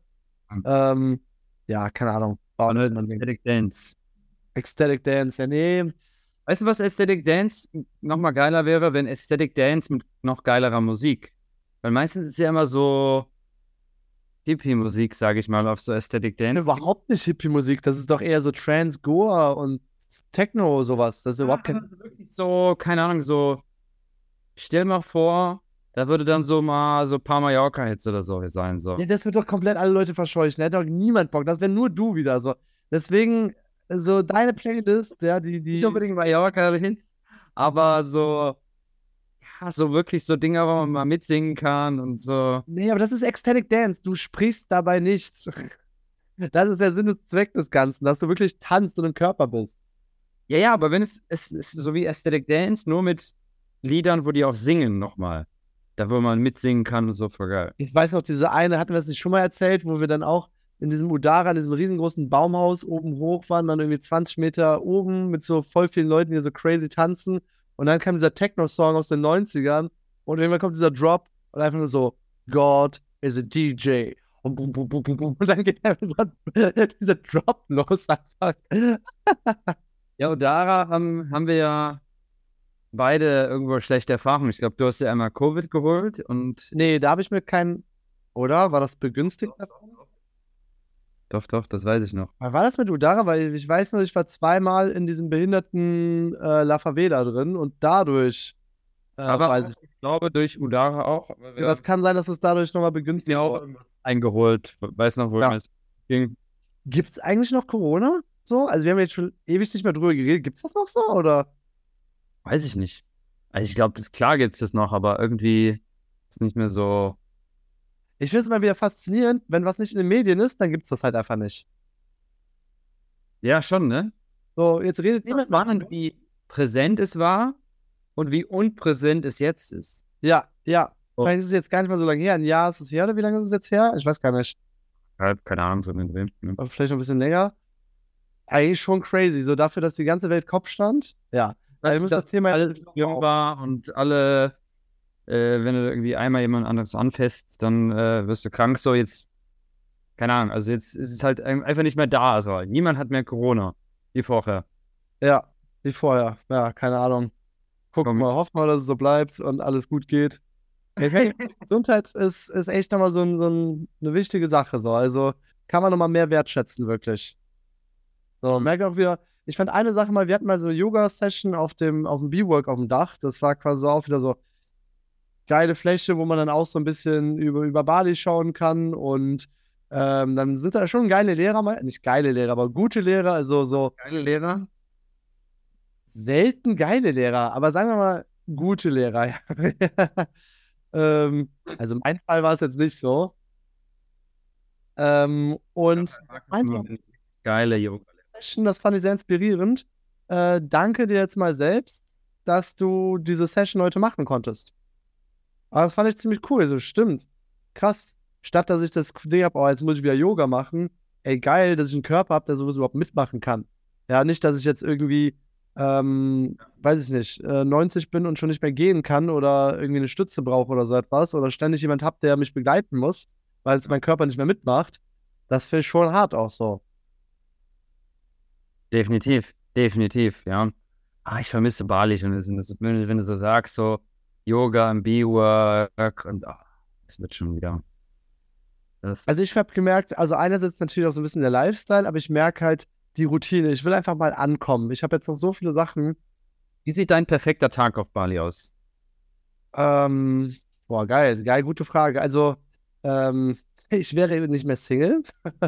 Ja, keine Ahnung. Ecstatic Dance. Ecstatic Dance, ja, nee. Weißt du, was Ecstatic Dance nochmal geiler wäre, wenn Ecstatic Dance mit noch geilerer Musik? Weil meistens ist ja immer so Hippie-Musik, sage ich mal, auf so Ecstatic Dance. Überhaupt nicht Hippie-Musik. Das ist doch eher so Trance, Goa und Techno, sowas. Das ist überhaupt kein. Wirklich so, keine Ahnung, so. Stell mal vor, da würde dann so mal so ein paar Mallorca-Hits oder so sein. So. Ja, das wird doch komplett alle Leute verscheuchen. Da hätte doch niemand Bock. Das wäre nur du wieder so. Deswegen, so deine Playlist, ja, die. Nicht unbedingt Mallorca-Hits, aber so. Ja, so wirklich so Dinge, wo man mal mitsingen kann und so. Nee, aber das ist Ecstatic Dance. Du sprichst dabei nicht. Das ist der Sinn und Zweck des Ganzen, dass du wirklich tanzt und im Körper bist. Ja, aber wenn es ist so wie Aesthetic Dance, nur mit Liedern, wo die auch singen nochmal. Da, wo man mitsingen kann und so, voll geil. Ich weiß noch, diese eine, hatten wir das nicht schon mal erzählt, wo wir dann auch in diesem Udara, in diesem riesengroßen Baumhaus oben hoch waren, dann irgendwie 20 Meter oben mit so voll vielen Leuten, die so crazy tanzen. Und dann kam dieser Techno-Song aus den 90ern und irgendwann kommt dieser Drop und einfach nur so, God is a DJ. Und, bum, bum, bum, bum, bum. Und dann geht dieser Drop los einfach. Ja, Udara haben wir ja beide irgendwo schlechte Erfahrungen. Ich glaube, du hast ja einmal Covid geholt und. Nee, da habe ich mir keinen. Oder? War das begünstigt? Doch, das weiß ich noch. War das mit Udara? Weil ich weiß noch, ich war zweimal in diesem behinderten La Favela drin und dadurch Aber weiß ich glaube, durch Udara auch. Ja, das kann sein, dass es dadurch nochmal begünstigt mir auch wurde. irgendwas eingeholt. Weiß noch, wo es ging. Gibt es eigentlich noch Corona? So? Also wir haben jetzt schon ewig nicht mehr drüber geredet. Gibt es das noch so? Oder? Weiß ich nicht. Also ich glaube, klar gibt es das noch, aber irgendwie ist nicht mehr so. Ich finde es immer wieder faszinierend, wenn was nicht in den Medien ist, dann gibt es das halt einfach nicht. Ja, schon, ne? So, jetzt redet niemand mehr. Spannend, wie präsent es war und wie unpräsent es jetzt ist. Ja. Oh. Vielleicht ist es jetzt gar nicht mal so lange her. Ein Jahr ist es her oder wie lange ist es jetzt her? Ich weiß gar nicht. Keine Ahnung, so in den Dreh. Ne? Aber vielleicht noch ein bisschen länger. eigentlich schon crazy. So dafür, dass die ganze Welt Kopf stand. Ja. Also, wir müssen das Thema alles jetzt jung war und alle, wenn du irgendwie einmal jemand anderes anfasst, dann wirst du krank. So jetzt, keine Ahnung, also jetzt ist es halt einfach nicht mehr da. Also niemand hat mehr Corona wie vorher. Ja, wie vorher. Ja, keine Ahnung. Gucken Komm. wir, hoffen wir, dass es so bleibt und alles gut geht. Ich denke, Gesundheit ist echt nochmal eine wichtige Sache. So. Also kann man nochmal mehr wertschätzen, wirklich. So, merke auch wieder, ich fand eine Sache mal, wir hatten mal so eine Yoga-Session auf dem B-Work auf dem Dach. Das war quasi so auch wieder so geile Fläche, wo man dann auch so ein bisschen über Bali schauen kann. Und dann sind da schon geile Lehrer, nicht geile Lehrer, aber gute Lehrer, also so Geile Lehrer. selten geile Lehrer, aber sagen wir mal gute Lehrer. Ja. Also mein Fall war es jetzt nicht so. Und einfach Geile Yoga. Session, das fand ich sehr inspirierend. Danke dir jetzt mal selbst, dass du diese Session heute machen konntest. Aber das fand ich ziemlich cool. So, stimmt. Krass. Statt dass ich das Ding habe, oh, jetzt muss ich wieder Yoga machen. Ey, geil, dass ich einen Körper habe, der sowas überhaupt mitmachen kann. Ja, nicht, dass ich jetzt irgendwie, weiß ich nicht, 90 bin und schon nicht mehr gehen kann oder irgendwie eine Stütze brauche oder so etwas oder ständig jemand habe, der mich begleiten muss, weil es mein Körper nicht mehr mitmacht. Das finde ich schon hart auch so. Definitiv, definitiv, ja. Ich vermisse Bali, wenn du so sagst, so Yoga im B-Work und das wird schon wieder. Das, Also ich habe gemerkt, also einerseits natürlich auch so ein bisschen der Lifestyle, aber ich merke halt die Routine. Ich will einfach mal ankommen. Ich habe jetzt noch so viele Sachen. wie sieht dein perfekter Tag auf Bali aus? Ähm, Boah, geil, geil, gute Frage. Also, ich wäre eben nicht mehr Single.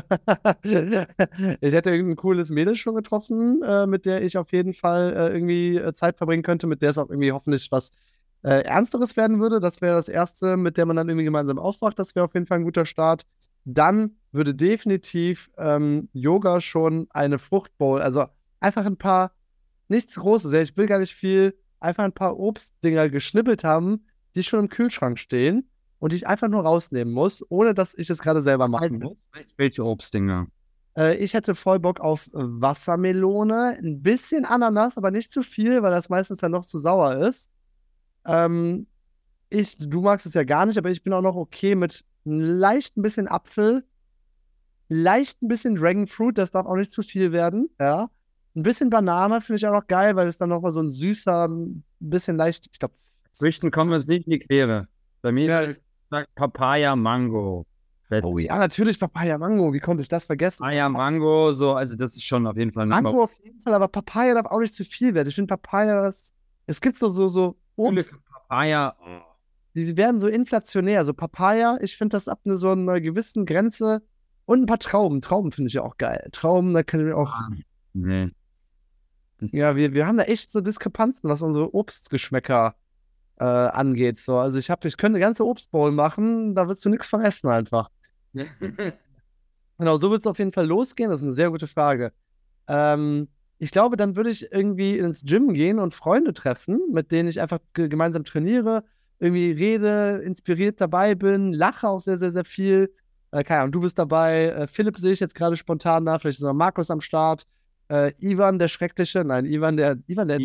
Ich hätte irgendein cooles Mädel schon getroffen, mit der ich auf jeden Fall irgendwie Zeit verbringen könnte, mit der es auch irgendwie hoffentlich was Ernsteres werden würde. Das wäre das Erste, mit der man dann irgendwie gemeinsam aufwacht. Das wäre auf jeden Fall ein guter Start. Dann würde definitiv Yoga schon eine Fruchtbowl, also einfach ein paar, nichts Großes, ja, ich will gar nicht viel, einfach ein paar Obstdinger geschnippelt haben, die schon im Kühlschrank stehen und die ich einfach nur rausnehmen muss, ohne dass ich es gerade selber machen muss. Welche Obstdinger? Ich hätte voll Bock auf Wassermelone, ein bisschen Ananas, aber nicht zu viel, weil das meistens dann noch zu sauer ist. Ähm, Du magst es ja gar nicht, aber ich bin auch noch okay mit leicht ein bisschen Apfel, leicht ein bisschen Dragonfruit, das darf auch nicht zu viel werden, ja. Ein bisschen Banane finde ich auch noch geil, weil es dann noch mal so ein süßer, ein bisschen leicht, ich glaube, Früchten kommen wir uns nicht in die Quere. Bei mir ja. würde ich sagen Papaya, Mango. Oh ja, natürlich Papaya Mango, wie konnte ich das vergessen? Papaya, Mango, so, also das ist schon auf jeden Fall nicht Mango auf jeden Fall, aber Papaya darf auch nicht zu viel werden. Ich finde Papaya, es gibt so Obst, Papaya. die werden so inflationär. So Papaya, ich finde das ab so einer gewissen Grenze. Und ein paar Trauben. Trauben finde ich ja auch geil. Trauben, da können wir auch. Nee. Ja, wir haben da echt so Diskrepanzen, was unsere Obstgeschmäcker angeht. So. Also ich könnte eine ganze Obstbowl machen, da willst du nichts von essen einfach. Genau, so wird es auf jeden Fall losgehen. Das ist eine sehr gute Frage. Ich glaube, dann würde ich irgendwie ins Gym gehen und Freunde treffen, mit denen ich einfach gemeinsam trainiere, irgendwie rede, inspiriert dabei bin, lache auch sehr, sehr, sehr viel. Keine Ahnung, du bist dabei. Philipp sehe ich jetzt gerade spontan da. Vielleicht ist noch Markus am Start. Ivan, der Schreckliche. Nein, Ivan, der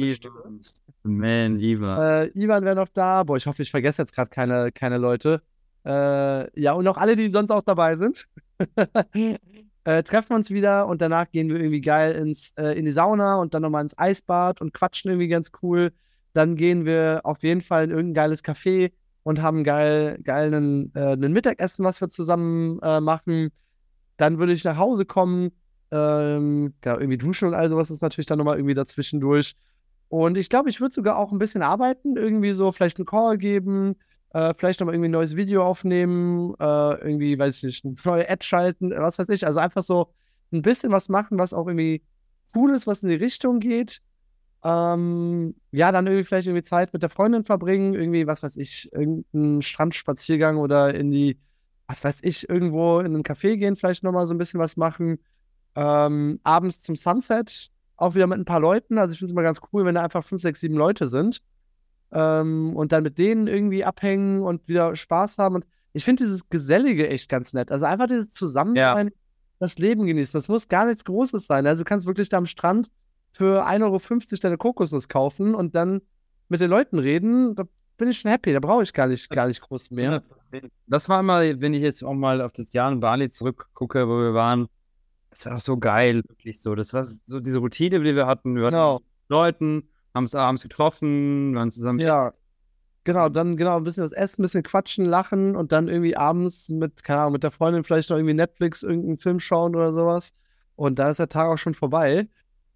Man, Ivan. Ivan wäre noch da. Boah, ich hoffe, ich vergesse jetzt gerade keine Leute. Ja, und auch alle, die sonst auch dabei sind. Treffen uns wieder und danach gehen wir irgendwie geil in die Sauna und dann nochmal ins Eisbad und quatschen irgendwie ganz cool. Dann gehen wir auf jeden Fall in irgendein geiles Café und haben geil ein Mittagessen, was wir zusammen machen. Dann würde ich nach Hause kommen, genau, irgendwie duschen und all sowas ist natürlich dann nochmal irgendwie dazwischendurch. Und ich glaube, ich würde sogar auch ein bisschen arbeiten, irgendwie so vielleicht einen Call geben, vielleicht nochmal irgendwie ein neues Video aufnehmen, irgendwie, weiß ich nicht, eine neue Ad schalten, was weiß ich. Also einfach so ein bisschen was machen, was auch irgendwie cool ist, was in die Richtung geht. Ja, dann irgendwie vielleicht irgendwie Zeit mit der Freundin verbringen, irgendwie, was weiß ich, irgendeinen Strandspaziergang oder was weiß ich, irgendwo in ein Café gehen, vielleicht nochmal so ein bisschen was machen. Abends zum Sunset, auch wieder mit ein paar Leuten. Also ich finde es immer ganz cool, wenn da einfach 5, 6, 7 Leute sind. Und dann mit denen irgendwie abhängen und wieder Spaß haben. Und ich finde dieses Gesellige echt ganz nett. Also einfach dieses Zusammensein das Leben genießen. Das muss gar nichts Großes sein. Also du kannst wirklich da am Strand für 1,50 € deine Kokosnuss kaufen und dann mit den Leuten reden. Da bin ich schon happy. Da brauche ich gar nicht groß mehr. Das war mal, wenn ich jetzt auch mal auf das Jahr in Bali zurückgucke, wo wir waren, das war doch so geil, wirklich so. Das war so diese Routine, die wir hatten. Wir hatten Genau. mit Leuten, haben uns abends getroffen, waren zusammen Ja, essen. genau. Dann ein bisschen was essen, ein bisschen quatschen, lachen und dann irgendwie abends mit, keine Ahnung, mit der Freundin vielleicht noch irgendwie Netflix, irgendeinen Film schauen oder sowas. Und da ist der Tag auch schon vorbei.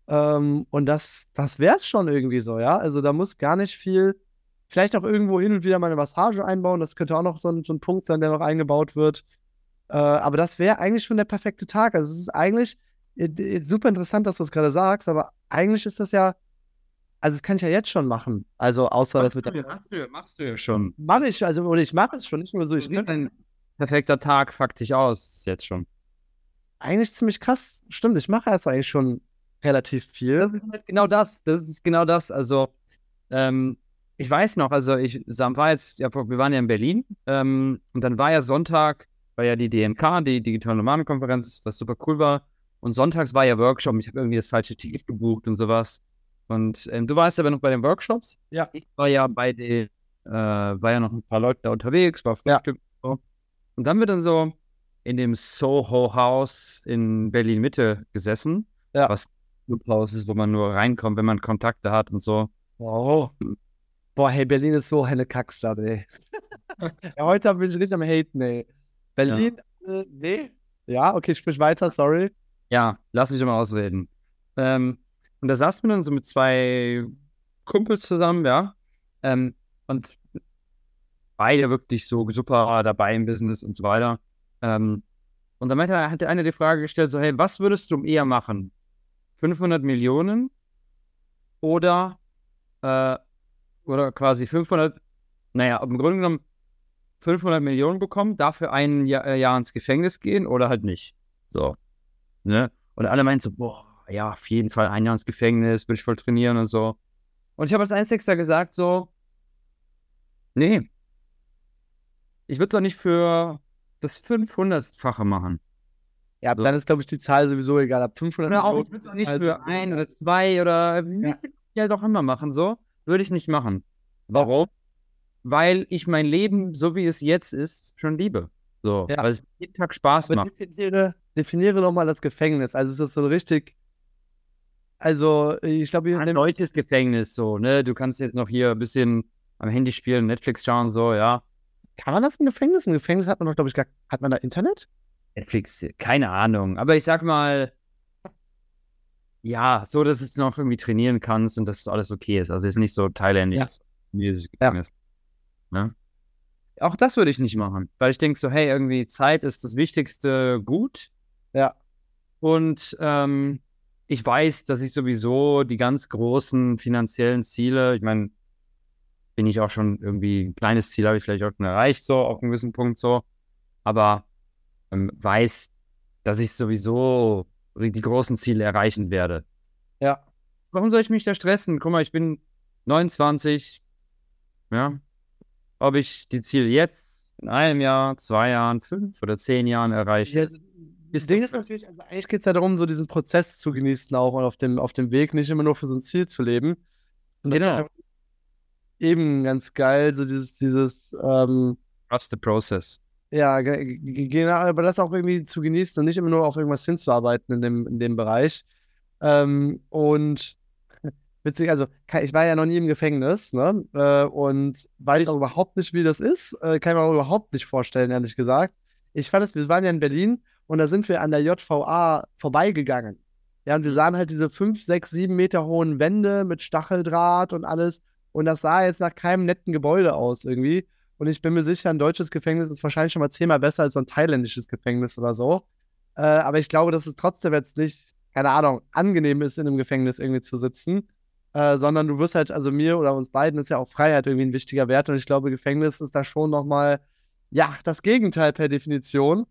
Und das wäre es schon irgendwie so, ja. Also da muss gar nicht viel, vielleicht auch irgendwo hin und wieder mal eine Massage einbauen. Das könnte auch noch so ein Punkt sein, der noch eingebaut wird. Aber das wäre eigentlich schon der perfekte Tag. Also es ist eigentlich super interessant, dass du es gerade sagst, aber eigentlich ist das ja, also das kann ich ja jetzt schon machen. Also außer das mit der Machst du ja schon. mache ich, also oder ich mache es schon, nicht nur so, So ich sieht könnte ein perfekter Tag faktisch aus, jetzt schon. eigentlich ziemlich krass. Stimmt, ich mache jetzt eigentlich schon relativ viel. Das ist halt genau das. Das ist genau das. Also, ich weiß noch, also Sam war jetzt, ja, wir waren ja in Berlin, und dann war ja Sonntag, war ja die DNK, die Digitale Nomadenkonferenz, was super cool war. Und sonntags war ja Workshop. Ich habe irgendwie das falsche Ticket gebucht und sowas. Und du warst aber noch bei den Workshops. Ja. Ich war ja war ja noch ein paar Leute da unterwegs, war Ja. Frühstück. So. Und dann haben wir dann so in dem Soho-Haus in Berlin-Mitte gesessen, Ja. was ein Clubhaus ist, wo man nur reinkommt, wenn man Kontakte hat und so. Wow. Boah, hey, Berlin ist so eine Kackstadt, ey. Ja, heute bin ich richtig am Haten, ey. Berlin, nee. Ja, okay, sprich weiter, sorry. Ja, lass mich doch mal ausreden. Und da saßen wir dann so mit zwei Kumpels zusammen, ja. Und beide wirklich so super dabei im Business und so weiter. Und dann hat der eine die Frage gestellt, so, hey, was würdest du eher machen? 500 Millionen oder quasi 500, naja, im Grunde genommen 500 Millionen bekommen, dafür ein Jahr ins Gefängnis gehen oder halt nicht. So, ne? Und alle meinten so, boah, ja, auf jeden Fall ein Jahr ins Gefängnis, will ich voll trainieren und so. Und ich habe als Einziger gesagt so, nee, ich würde doch nicht für das 500-fache machen. Ja, So. dann ist, glaube ich, die Zahl sowieso egal. Ab 500 Oder auch, Millionen. ich würde es nicht für ein oder zwei oder wie viel Geld auch immer machen, so, würde ich nicht machen. Warum? Weil ich mein Leben, so wie es jetzt ist, schon liebe. So, Ja. weil es jeden Tag Spaß Aber macht. definiere nochmal das Gefängnis. Also ist das so richtig, also ich glaube, Ein deutsches Gefängnis, so, ne? Du kannst jetzt noch hier ein bisschen am Handy spielen, Netflix schauen, so, ja. kann man das im Gefängnis? Im Gefängnis hat man doch, glaube ich, hat man da Internet? Netflix, keine Ahnung. Aber ich sag mal, ja, so, dass du noch irgendwie trainieren kannst und dass alles okay ist. Also ist nicht so thailändisch, chinesisches Gefängnis. Ne? Auch das würde ich nicht machen, weil ich denke so, hey, irgendwie Zeit ist das wichtigste Gut. Ja. Und ich weiß, dass ich sowieso die ganz großen finanziellen Ziele, ich meine, bin ich auch schon irgendwie, ein kleines Ziel habe ich vielleicht auch schon erreicht, so auf einem gewissen Punkt so, aber weiß, dass ich sowieso die großen Ziele erreichen werde. Ja. Warum soll ich mich da stressen? Guck mal, ich bin 29, ja, ob ich die Ziele jetzt in einem Jahr, 2 Jahren, 5 oder 10 Jahren erreiche. Ja, das Ding ist natürlich, also eigentlich geht es ja darum, so diesen Prozess zu genießen auch und auf dem Weg nicht immer nur für so ein Ziel zu leben. Und das ist Genau. einfach eben ganz geil, so Trust the process. ja, genau, aber das auch irgendwie zu genießen und nicht immer nur auf irgendwas hinzuarbeiten in dem Bereich. Und witzig, also ich war ja noch nie im Gefängnis, ne? Und weiß auch überhaupt nicht, wie das ist. Kann ich mir auch überhaupt nicht vorstellen, ehrlich gesagt. Ich fand es, wir waren ja in Berlin und da sind wir an der JVA vorbeigegangen. Ja, und wir sahen halt diese 5, 6, 7 Meter hohen Wände mit Stacheldraht und alles. Und das sah jetzt nach keinem netten Gebäude aus irgendwie. Und ich bin mir sicher, ein deutsches Gefängnis ist wahrscheinlich schon mal 10-mal besser als so ein thailändisches Gefängnis oder so. Aber ich glaube, dass es trotzdem jetzt nicht, keine Ahnung, angenehm ist, in einem Gefängnis irgendwie zu sitzen. Sondern du wirst halt, also mir oder uns beiden ist ja auch Freiheit irgendwie ein wichtiger Wert. Und ich glaube, Gefängnis ist da schon nochmal, ja, das Gegenteil per Definition.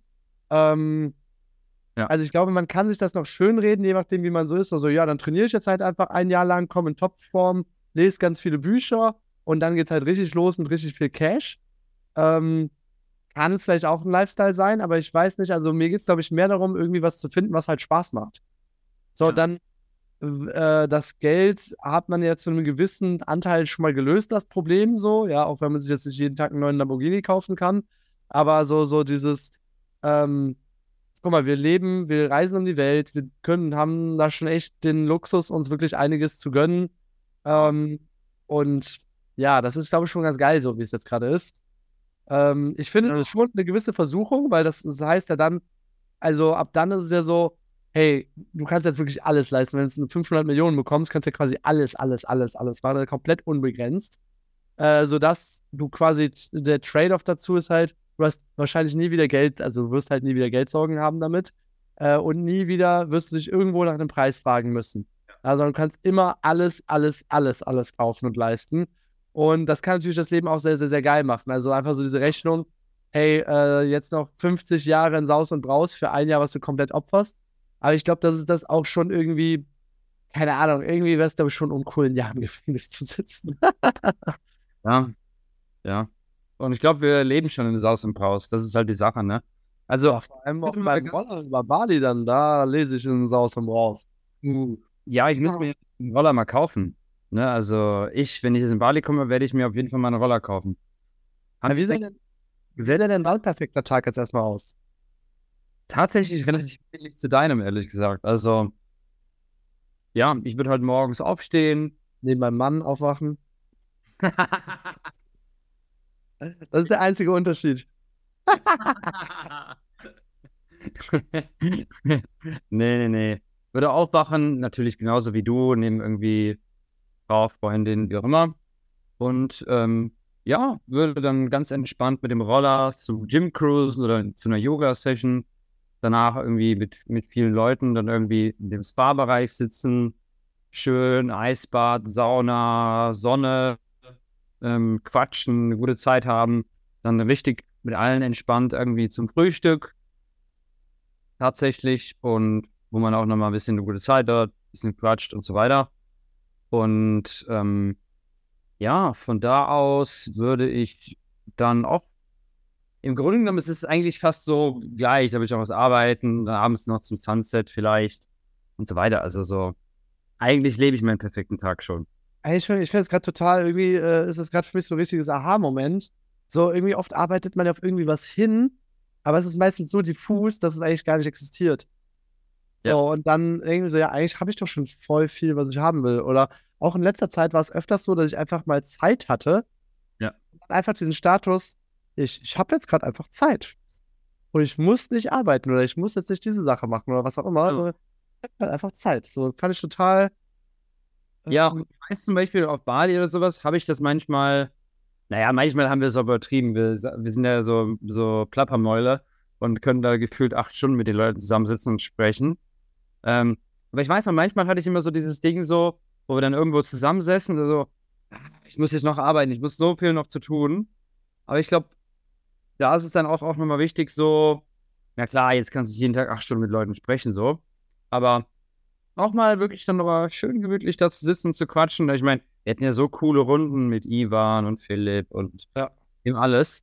Ja. Also ich glaube, man kann sich das noch schönreden, je nachdem, wie man so ist. Also ja, dann trainiere ich jetzt halt einfach ein Jahr lang, komme in Topform, lese ganz viele Bücher und dann geht es halt richtig los mit richtig viel Cash. kann vielleicht auch ein Lifestyle sein, aber ich weiß nicht, also mir geht es, glaube ich, mehr darum, irgendwie was zu finden, was halt Spaß macht. So, Ja. dann das Geld hat man ja zu einem gewissen Anteil schon mal gelöst, das Problem so, ja, auch wenn man sich jetzt nicht jeden Tag einen neuen Lamborghini kaufen kann, aber so dieses, ähm, guck mal, wir reisen um die Welt, haben da schon echt den Luxus, uns wirklich einiges zu gönnen. Ähm, und ja, das ist, glaube ich, schon ganz geil, so wie es jetzt gerade ist. Ich finde, es ist schon eine gewisse Versuchung, weil das heißt ja dann, also ab dann ist es ja so, hey, du kannst jetzt wirklich alles leisten. Wenn du 500 Millionen bekommst, kannst du ja quasi alles machen, komplett unbegrenzt. Sodass du quasi, der Trade-off dazu ist halt, du hast wahrscheinlich nie wieder Geld, also du wirst halt nie wieder Geldsorgen haben damit. Und nie wieder wirst du dich irgendwo nach einem Preis fragen müssen. Also du kannst immer alles kaufen und leisten. Und das kann natürlich das Leben auch sehr, sehr, sehr geil machen. Also einfach so diese Rechnung, hey, jetzt noch 50 Jahre in Saus und Braus für ein Jahr, was du komplett opferst. Aber ich glaube, das ist das auch schon irgendwie, keine Ahnung, irgendwie wäre es, glaube ich, schon uncool, ein Jahr im Gefängnis zu sitzen. Ja, ja. Und ich glaube, wir leben schon in Saus und Braus. Das ist halt die Sache, ne? Also, Ja, vor allem auf meinem Roller über Bali dann, da lese ich in Saus und Braus. ja, ich muss mir einen Roller mal kaufen. Ne? Also, wenn ich jetzt in Bali komme, werde ich mir auf jeden Fall mal einen Roller kaufen. Ja, wie sähe denn ein perfekter Tag jetzt erstmal aus? Tatsächlich relativ ähnlich zu deinem, ehrlich gesagt. Also, ja, ich würde halt morgens aufstehen. Neben meinem Mann aufwachen. Das ist der einzige Unterschied. Nee. Würde aufwachen, natürlich genauso wie du, neben irgendwie Frau, Freundin, wie auch immer. Und ja, würde dann ganz entspannt mit dem Roller zum Gym cruisen oder zu einer Yoga-Session. Danach irgendwie mit vielen Leuten dann irgendwie in dem Spa-Bereich sitzen. Schön Eisbad, Sauna, Sonne, quatschen, eine gute Zeit haben. Dann richtig mit allen entspannt irgendwie zum Frühstück tatsächlich und wo man auch nochmal ein bisschen eine gute Zeit hat, ein bisschen quatscht und so weiter. Und ja, von da aus würde ich dann auch, im Grunde genommen ist es eigentlich fast so gleich, da würde ich auch was arbeiten, dann abends noch zum Sunset vielleicht und so weiter. Also so, eigentlich lebe ich meinen perfekten Tag schon. Ey, ich finde es gerade total, irgendwie ist es gerade für mich so ein richtiges Aha-Moment. So, irgendwie oft arbeitet man auf irgendwie was hin, aber es ist meistens so diffus, dass es eigentlich gar nicht existiert. Ja. So, und dann irgendwie so, ja, eigentlich habe ich doch schon voll viel, was ich haben will. Oder auch in letzter Zeit war es öfters so, dass ich einfach mal Zeit hatte. Ja. Und einfach diesen Status, ich habe jetzt gerade einfach Zeit. Und ich muss nicht arbeiten oder ich muss jetzt nicht diese Sache machen oder was auch immer. Ja. So, ich habe halt einfach Zeit. So, fand ich total. Ja, und ich weiß zum Beispiel auf Bali oder sowas, habe ich das manchmal, naja, manchmal haben wir es übertrieben. Wir sind ja so Plappermäule und können da gefühlt 8 Stunden mit den Leuten zusammensitzen und sprechen. Aber ich weiß noch, manchmal hatte ich immer so dieses Ding so, wo wir dann irgendwo zusammensessen und so, ich muss jetzt noch arbeiten, ich muss so viel noch zu tun. Aber ich glaube, da ist es dann auch nochmal wichtig, so, na klar, jetzt kannst du nicht jeden Tag 8 Stunden mit Leuten sprechen, so. Aber auch mal wirklich dann nochmal schön gemütlich da zu sitzen und zu quatschen. Ich meine, wir hatten ja so coole Runden mit Ivan und Philipp und Ja, dem alles.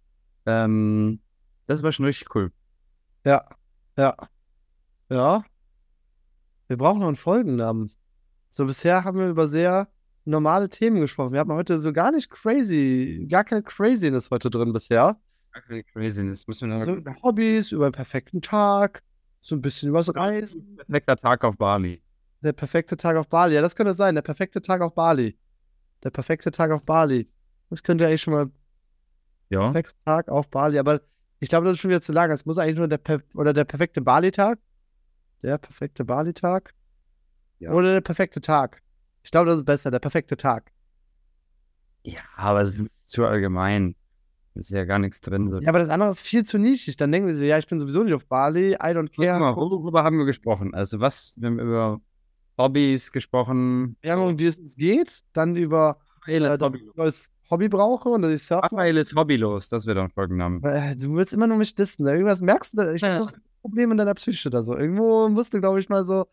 Das war schon richtig cool. ja, ja, ja. Wir brauchen noch einen Folgennamen. So, bisher haben wir über sehr normale Themen gesprochen. Wir haben heute so gar nicht crazy, gar keine Craziness heute drin bisher. Okay, Craziness. Müssen wir So noch... über Hobbys, über einen perfekten Tag, so ein bisschen übers Reisen. Perfekter Tag auf Bali. Der perfekte Tag auf Bali. Ja, das könnte es sein. Der perfekte Tag auf Bali. Der perfekte Tag auf Bali. Das könnte ja eigentlich schon mal Ja. perfekter Tag auf Bali. Aber ich glaube, das ist schon wieder zu lang. Es muss eigentlich nur der perfekte Bali-Tag. Der perfekte Bali-Tag. Ja. Oder der perfekte Tag. Ich glaube, das ist besser. Der perfekte Tag. Ja, aber es ist zu allgemein. Ist ja gar nichts drin. So. Ja, aber das andere ist viel zu nischig. Dann denken sie, ja, ich bin sowieso nicht auf Bali. I don't Guck care. mal, worüber haben wir gesprochen? Also wir haben über Hobbys gesprochen. Ja, und wie es uns geht. Dann über, Raphaeles dass ich Hobby. ein neues Hobby brauche und dass ich surfen. Raphael ist hobbylos, das wird dann Folgennamen. Du willst immer nur mich dissen. Ne? Irgendwas merkst du da. Ich habe Ja. das Problem in deiner Psyche da so. Irgendwo musst du, glaube ich, mal so.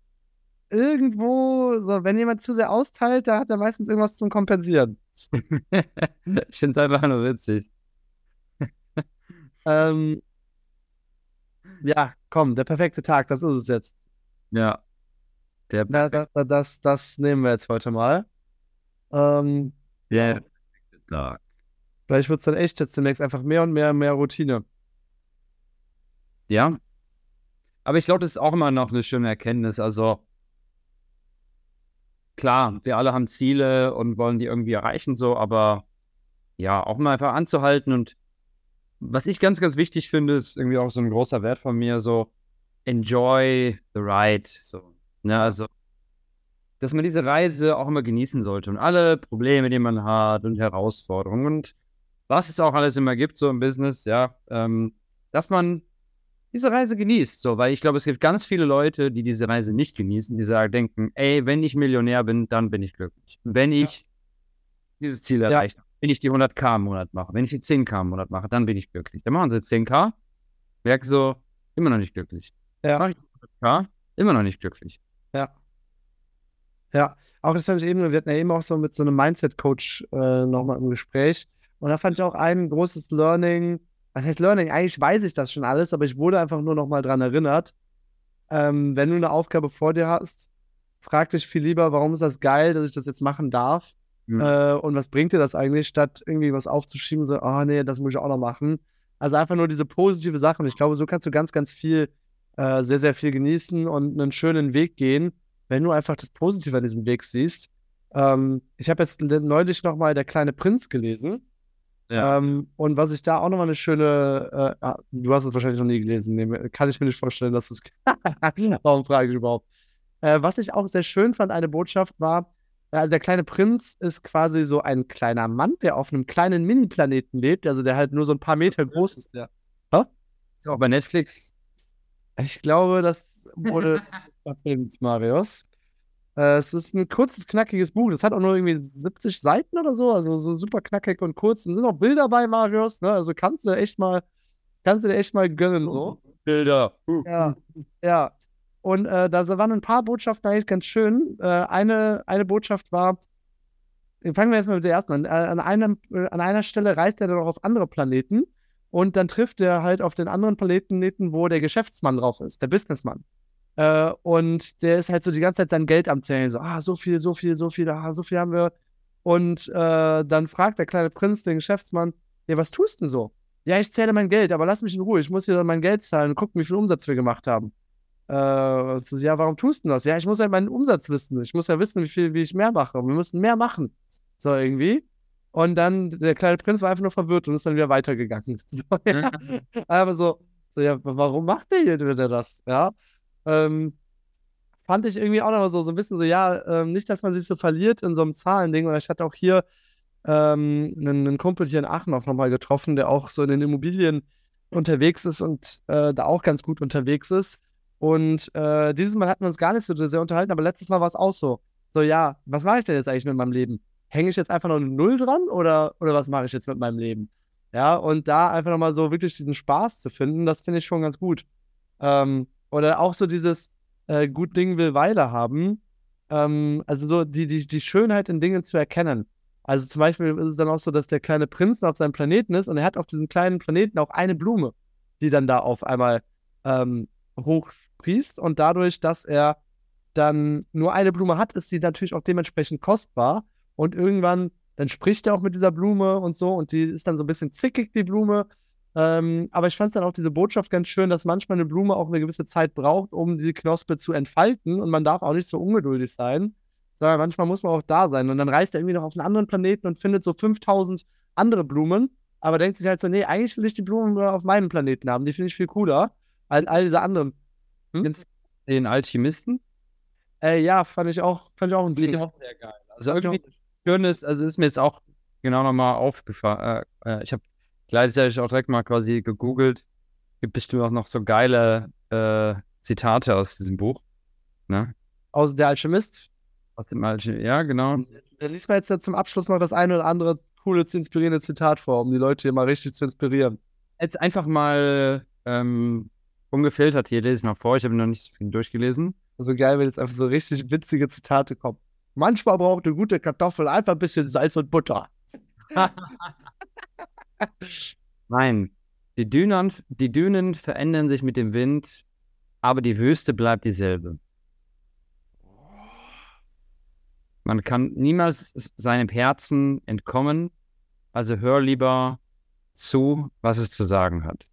Irgendwo, so, wenn jemand zu sehr austeilt, da hat er meistens irgendwas zum Kompensieren. Ich finde es einfach nur witzig. Ähm, ja, komm, der perfekte Tag, das ist es jetzt. Ja, der, Das nehmen wir jetzt heute mal. Ähm, der perfekte Tag. Vielleicht wird es dann echt jetzt demnächst einfach mehr und mehr Routine. Ja, aber ich glaube, das ist auch immer noch eine schöne Erkenntnis. Also klar, wir alle haben Ziele und wollen die irgendwie erreichen, so, aber ja, auch mal einfach anzuhalten. Und was ich ganz, ganz wichtig finde, ist irgendwie auch so ein großer Wert von mir, so enjoy the ride. So, ne, also, dass man diese Reise auch immer genießen sollte und alle Probleme, die man hat und Herausforderungen und was es auch alles immer gibt, so im Business, ja, dass man diese Reise genießt, so, weil ich glaube, es gibt ganz viele Leute, die diese Reise nicht genießen, die sagen, denken, ey, wenn ich Millionär bin, dann bin ich glücklich. Wenn Ja. ich dieses Ziel Ja, erreicht habe, wenn ich die 100.000 im Monat mache, wenn ich die 10.000 im Monat mache, dann bin ich glücklich. Dann machen sie 10.000, merken so, immer noch nicht glücklich. ja, Mache ich 100.000, immer noch nicht glücklich. ja, ja. Auch das fand ich eben, wir hatten ja eben auch so mit so einem Mindset-Coach nochmal im Gespräch. Und da fand ich auch ein großes Learning. Was heißt Learning? Eigentlich weiß ich das schon alles, aber ich wurde einfach nur nochmal dran erinnert. Wenn du eine Aufgabe vor dir hast, frag dich viel lieber, warum ist das geil, dass ich das jetzt machen darf? Mhm. Und was bringt dir das eigentlich, statt irgendwie was aufzuschieben und so, ah nee, das muss ich auch noch machen. Also einfach nur diese positive Sachen. Ich glaube, so kannst du ganz, ganz viel, sehr, sehr viel genießen und einen schönen Weg gehen, wenn du einfach das Positive an diesem Weg siehst. Ich habe jetzt neulich nochmal Der kleine Prinz gelesen. Ja. Und was ich da auch nochmal eine schöne, du hast es wahrscheinlich noch nie gelesen, nee, kann ich mir nicht vorstellen, dass du es. Warum frage ich überhaupt? Was ich auch sehr schön fand, eine Botschaft war, also der kleine Prinz ist quasi so ein kleiner Mann, der auf einem kleinen Mini-Planeten lebt, also der halt nur so ein paar Meter groß ist. Der. Hä? Ist auch bei Netflix. Ich glaube, das wurde verfilmt, Marius. Es ist ein kurzes, knackiges Buch. Das hat auch nur irgendwie 70 Seiten oder so, also so super knackig und kurz. Und sind auch Bilder bei, Marius, ne? Also kannst du dir echt mal gönnen, so. Bilder. Ja, ja. Und da waren ein paar Botschaften eigentlich ganz schön. Eine Botschaft war, fangen wir erstmal mit der ersten an. An einer Stelle reist er dann auch auf andere Planeten und dann trifft er halt auf den anderen Planeten, wo der Geschäftsmann drauf ist, der Businessmann. Und der ist halt so die ganze Zeit sein Geld am Zählen. So, so viel, so viel, so viel, so viel haben wir. Und dann fragt der kleine Prinz den Geschäftsmann, ja, was tust du denn so? Ja, ich zähle mein Geld, aber lass mich in Ruhe. Ich muss hier mein Geld zahlen und gucken, wie viel Umsatz wir gemacht haben. So, ja, warum tust du das? Ja, ich muss halt meinen Umsatz wissen. Ich muss ja wissen, wie ich mehr mache. Und wir müssen mehr machen. So irgendwie. Und dann, der kleine Prinz war einfach nur verwirrt und ist dann wieder weitergegangen. So, ja. Aber so, ja, warum macht der hier wieder das? Ja. Ähm, Fand ich irgendwie auch noch so ein bisschen so, ja, nicht, dass man sich so verliert in so einem Zahlending. Und ich hatte auch hier einen Kumpel hier in Aachen auch nochmal getroffen, der auch so in den Immobilien unterwegs ist und da auch ganz gut unterwegs ist. Und dieses Mal hatten wir uns gar nicht so sehr unterhalten, aber letztes Mal war es auch so. So, ja, was mache ich denn jetzt eigentlich mit meinem Leben? Hänge ich jetzt einfach noch eine Null dran oder was mache ich jetzt mit meinem Leben? Ja, und da einfach nochmal so wirklich diesen Spaß zu finden, das finde ich schon ganz gut. Oder auch so dieses gut Ding will Weile haben. Also so die Schönheit in Dingen zu erkennen. Also zum Beispiel ist es dann auch so, dass der kleine Prinz auf seinem Planeten ist und er hat auf diesem kleinen Planeten auch eine Blume, die dann da auf einmal hochsprießt. Und dadurch, dass er dann nur eine Blume hat, ist sie natürlich auch dementsprechend kostbar. Und irgendwann, dann spricht er auch mit dieser Blume und so und die ist dann so ein bisschen zickig, die Blume. Aber ich fand dann auch diese Botschaft ganz schön, dass manchmal eine Blume auch eine gewisse Zeit braucht, um diese Knospe zu entfalten und man darf auch nicht so ungeduldig sein, sondern manchmal muss man auch da sein und dann reist er irgendwie noch auf einen anderen Planeten und findet so 5000 andere Blumen, aber denkt sich halt so, nee, eigentlich will ich die Blumen nur auf meinem Planeten haben, die finde ich viel cooler als all diese anderen. Hm? Kennst du den Alchemisten? Ja, fand ich auch ein Finde ich Ding. auch sehr geil. Also irgendwie schön ist, also ist mir jetzt auch genau nochmal aufgefallen. Ich habe gleichzeitig auch direkt mal quasi gegoogelt. Gibt bestimmt auch noch so geile Zitate aus diesem Buch. Ne? Außer der Alchemist. Aus dem ja, genau. Dann liest man jetzt ja zum Abschluss noch das eine oder andere coole, zu inspirierende Zitat vor, um die Leute hier mal richtig zu inspirieren. Jetzt einfach mal ungefiltert hier, lese ich mal vor. Ich habe noch nicht so viel durchgelesen. Also geil, wenn jetzt einfach so richtig witzige Zitate kommen. Manchmal braucht eine gute Kartoffel einfach ein bisschen Salz und Butter. Nein. Die Dünen verändern sich mit dem Wind, aber die Wüste bleibt dieselbe. Man kann niemals seinem Herzen entkommen, also hör lieber zu, was es zu sagen hat.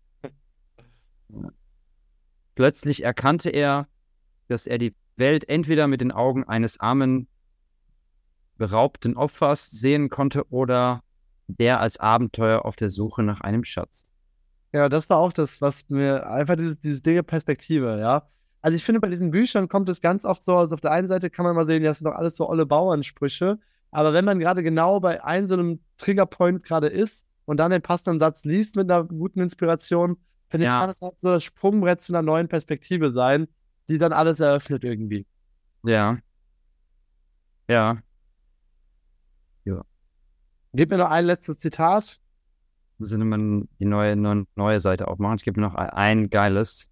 Plötzlich erkannte er, dass er die Welt entweder mit den Augen eines armen, beraubten Opfers sehen konnte oder der als Abenteuer auf der Suche nach einem Schatz. Ja, das war auch das, was mir einfach dieses Ding Perspektive, ja. Also ich finde, bei diesen Büchern kommt es ganz oft so, also auf der einen Seite kann man mal sehen, ja, das sind doch alles so olle Bauernsprüche, aber wenn man gerade genau bei einem so einem Triggerpoint gerade ist und dann den passenden Satz liest mit einer guten Inspiration, finde ich, Ja, kann es halt so das Sprungbrett zu einer neuen Perspektive sein, die dann alles eröffnet irgendwie. ja, ja. Ja. Gib mir noch ein letztes Zitat. Muss ich nochmal die neue Seite aufmachen. Ich gebe noch ein geiles.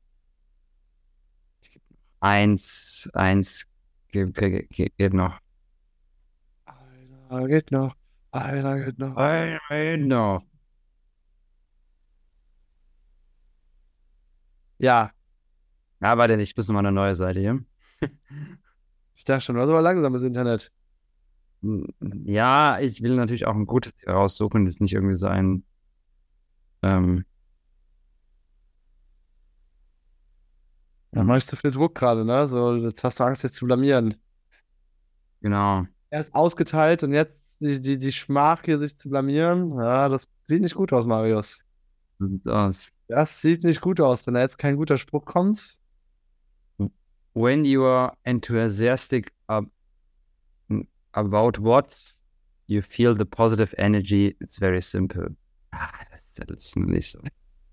Eins geht noch. Einer geht noch, einer geht noch. Noch. Ja, Ja, warte nicht, bis nochmal eine neue Seite hier. ich dachte schon, das ist aber langsames Internet. Ja, ich will natürlich auch ein gutes raussuchen, das ist nicht irgendwie so ein. Ähm, Da mach ich zu viel Druck gerade, ne? So, jetzt hast du Angst, jetzt zu blamieren. genau. Erst ausgeteilt und jetzt die Schmach hier, sich zu blamieren. Ja, das sieht nicht gut aus, Marius. So sieht's aus. Das sieht nicht gut aus, wenn da jetzt kein guter Spruch kommt. When you are enthusiastic about what you feel the positive energy, it's very simple. Das ist nicht so.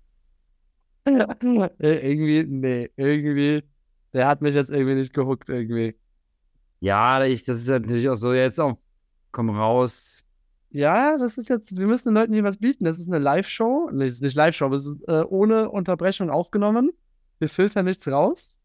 Irgendwie, nee, irgendwie, der hat mich jetzt irgendwie nicht gehuckt, irgendwie. Ja, das ist ja natürlich auch so, jetzt auch, komm raus. Ja, das ist jetzt, wir müssen den Leuten hier was bieten. Das ist eine Live-Show. Nee, es ist nicht Live-Show, aber es ist ohne Unterbrechung aufgenommen. Wir filtern nichts raus.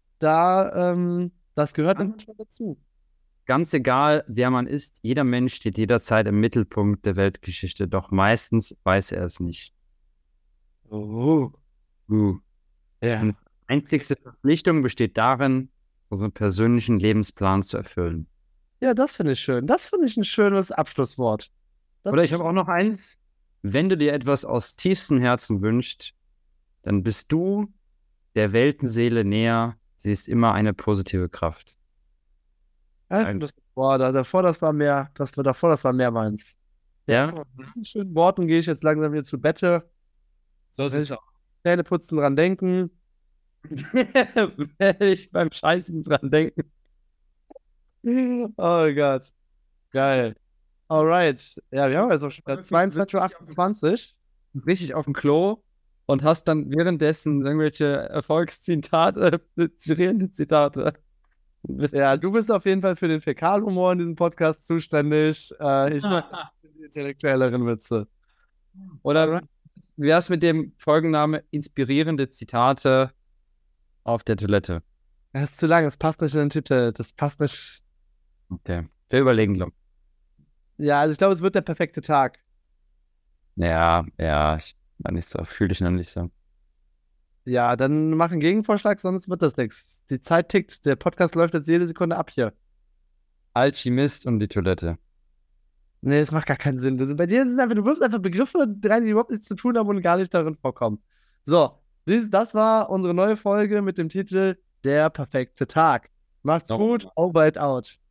Das gehört manchmal dazu. Ganz egal, wer man ist, jeder Mensch steht jederzeit im Mittelpunkt der Weltgeschichte, doch meistens weiß er es nicht. Oh. Uh. Ja. Und die einzigste Verpflichtung besteht darin, unseren persönlichen Lebensplan zu erfüllen. Ja, das finde ich schön. Das finde ich ein schönes Abschlusswort. Das Oder ich habe auch noch eins. Wenn du dir etwas aus tiefstem Herzen wünschst, dann bist du der Weltenseele näher. Sie ist immer eine positive Kraft. Ja, ich finde das, boah, davor, das war mehr, das war mehr meins. Ja? Mit diesen schönen Worten gehe ich jetzt langsam wieder zu Bette. So sieht's aus. Zähneputzen dran denken. Wenn ich beim Scheißen dran denke. Oh Gott. Geil. Alright. Ja, wir haben jetzt auch schon wieder 22:28 Uhr. Richtig auf dem Klo und hast dann währenddessen irgendwelche Erfolgszitate, inspirierende Zitate. Ja, du bist auf jeden Fall für den Fäkalhumor in diesem Podcast zuständig. Ich mache die intellektuelleren Witze. Oder wie wär's mit dem Folgenname Inspirierende Zitate auf der Toilette? Das ist zu lang, das passt nicht in den Titel. Das passt nicht. Okay. Wir überlegen, glaube ich. Ja, also ich glaube, es wird der perfekte Tag. Ja, ich noch nicht so, fühle ich noch nicht so. Ja, dann mach einen Gegenvorschlag, sonst wird das nichts. Die Zeit tickt. Der Podcast läuft jetzt jede Sekunde ab hier. Alchemist und die Toilette. Nee, das macht gar keinen Sinn. Bei dir ist es einfach, du wirfst einfach Begriffe rein, die überhaupt nichts zu tun haben und gar nicht darin vorkommen. So, das war unsere neue Folge mit dem Titel Der perfekte Tag. Macht's gut, over and out.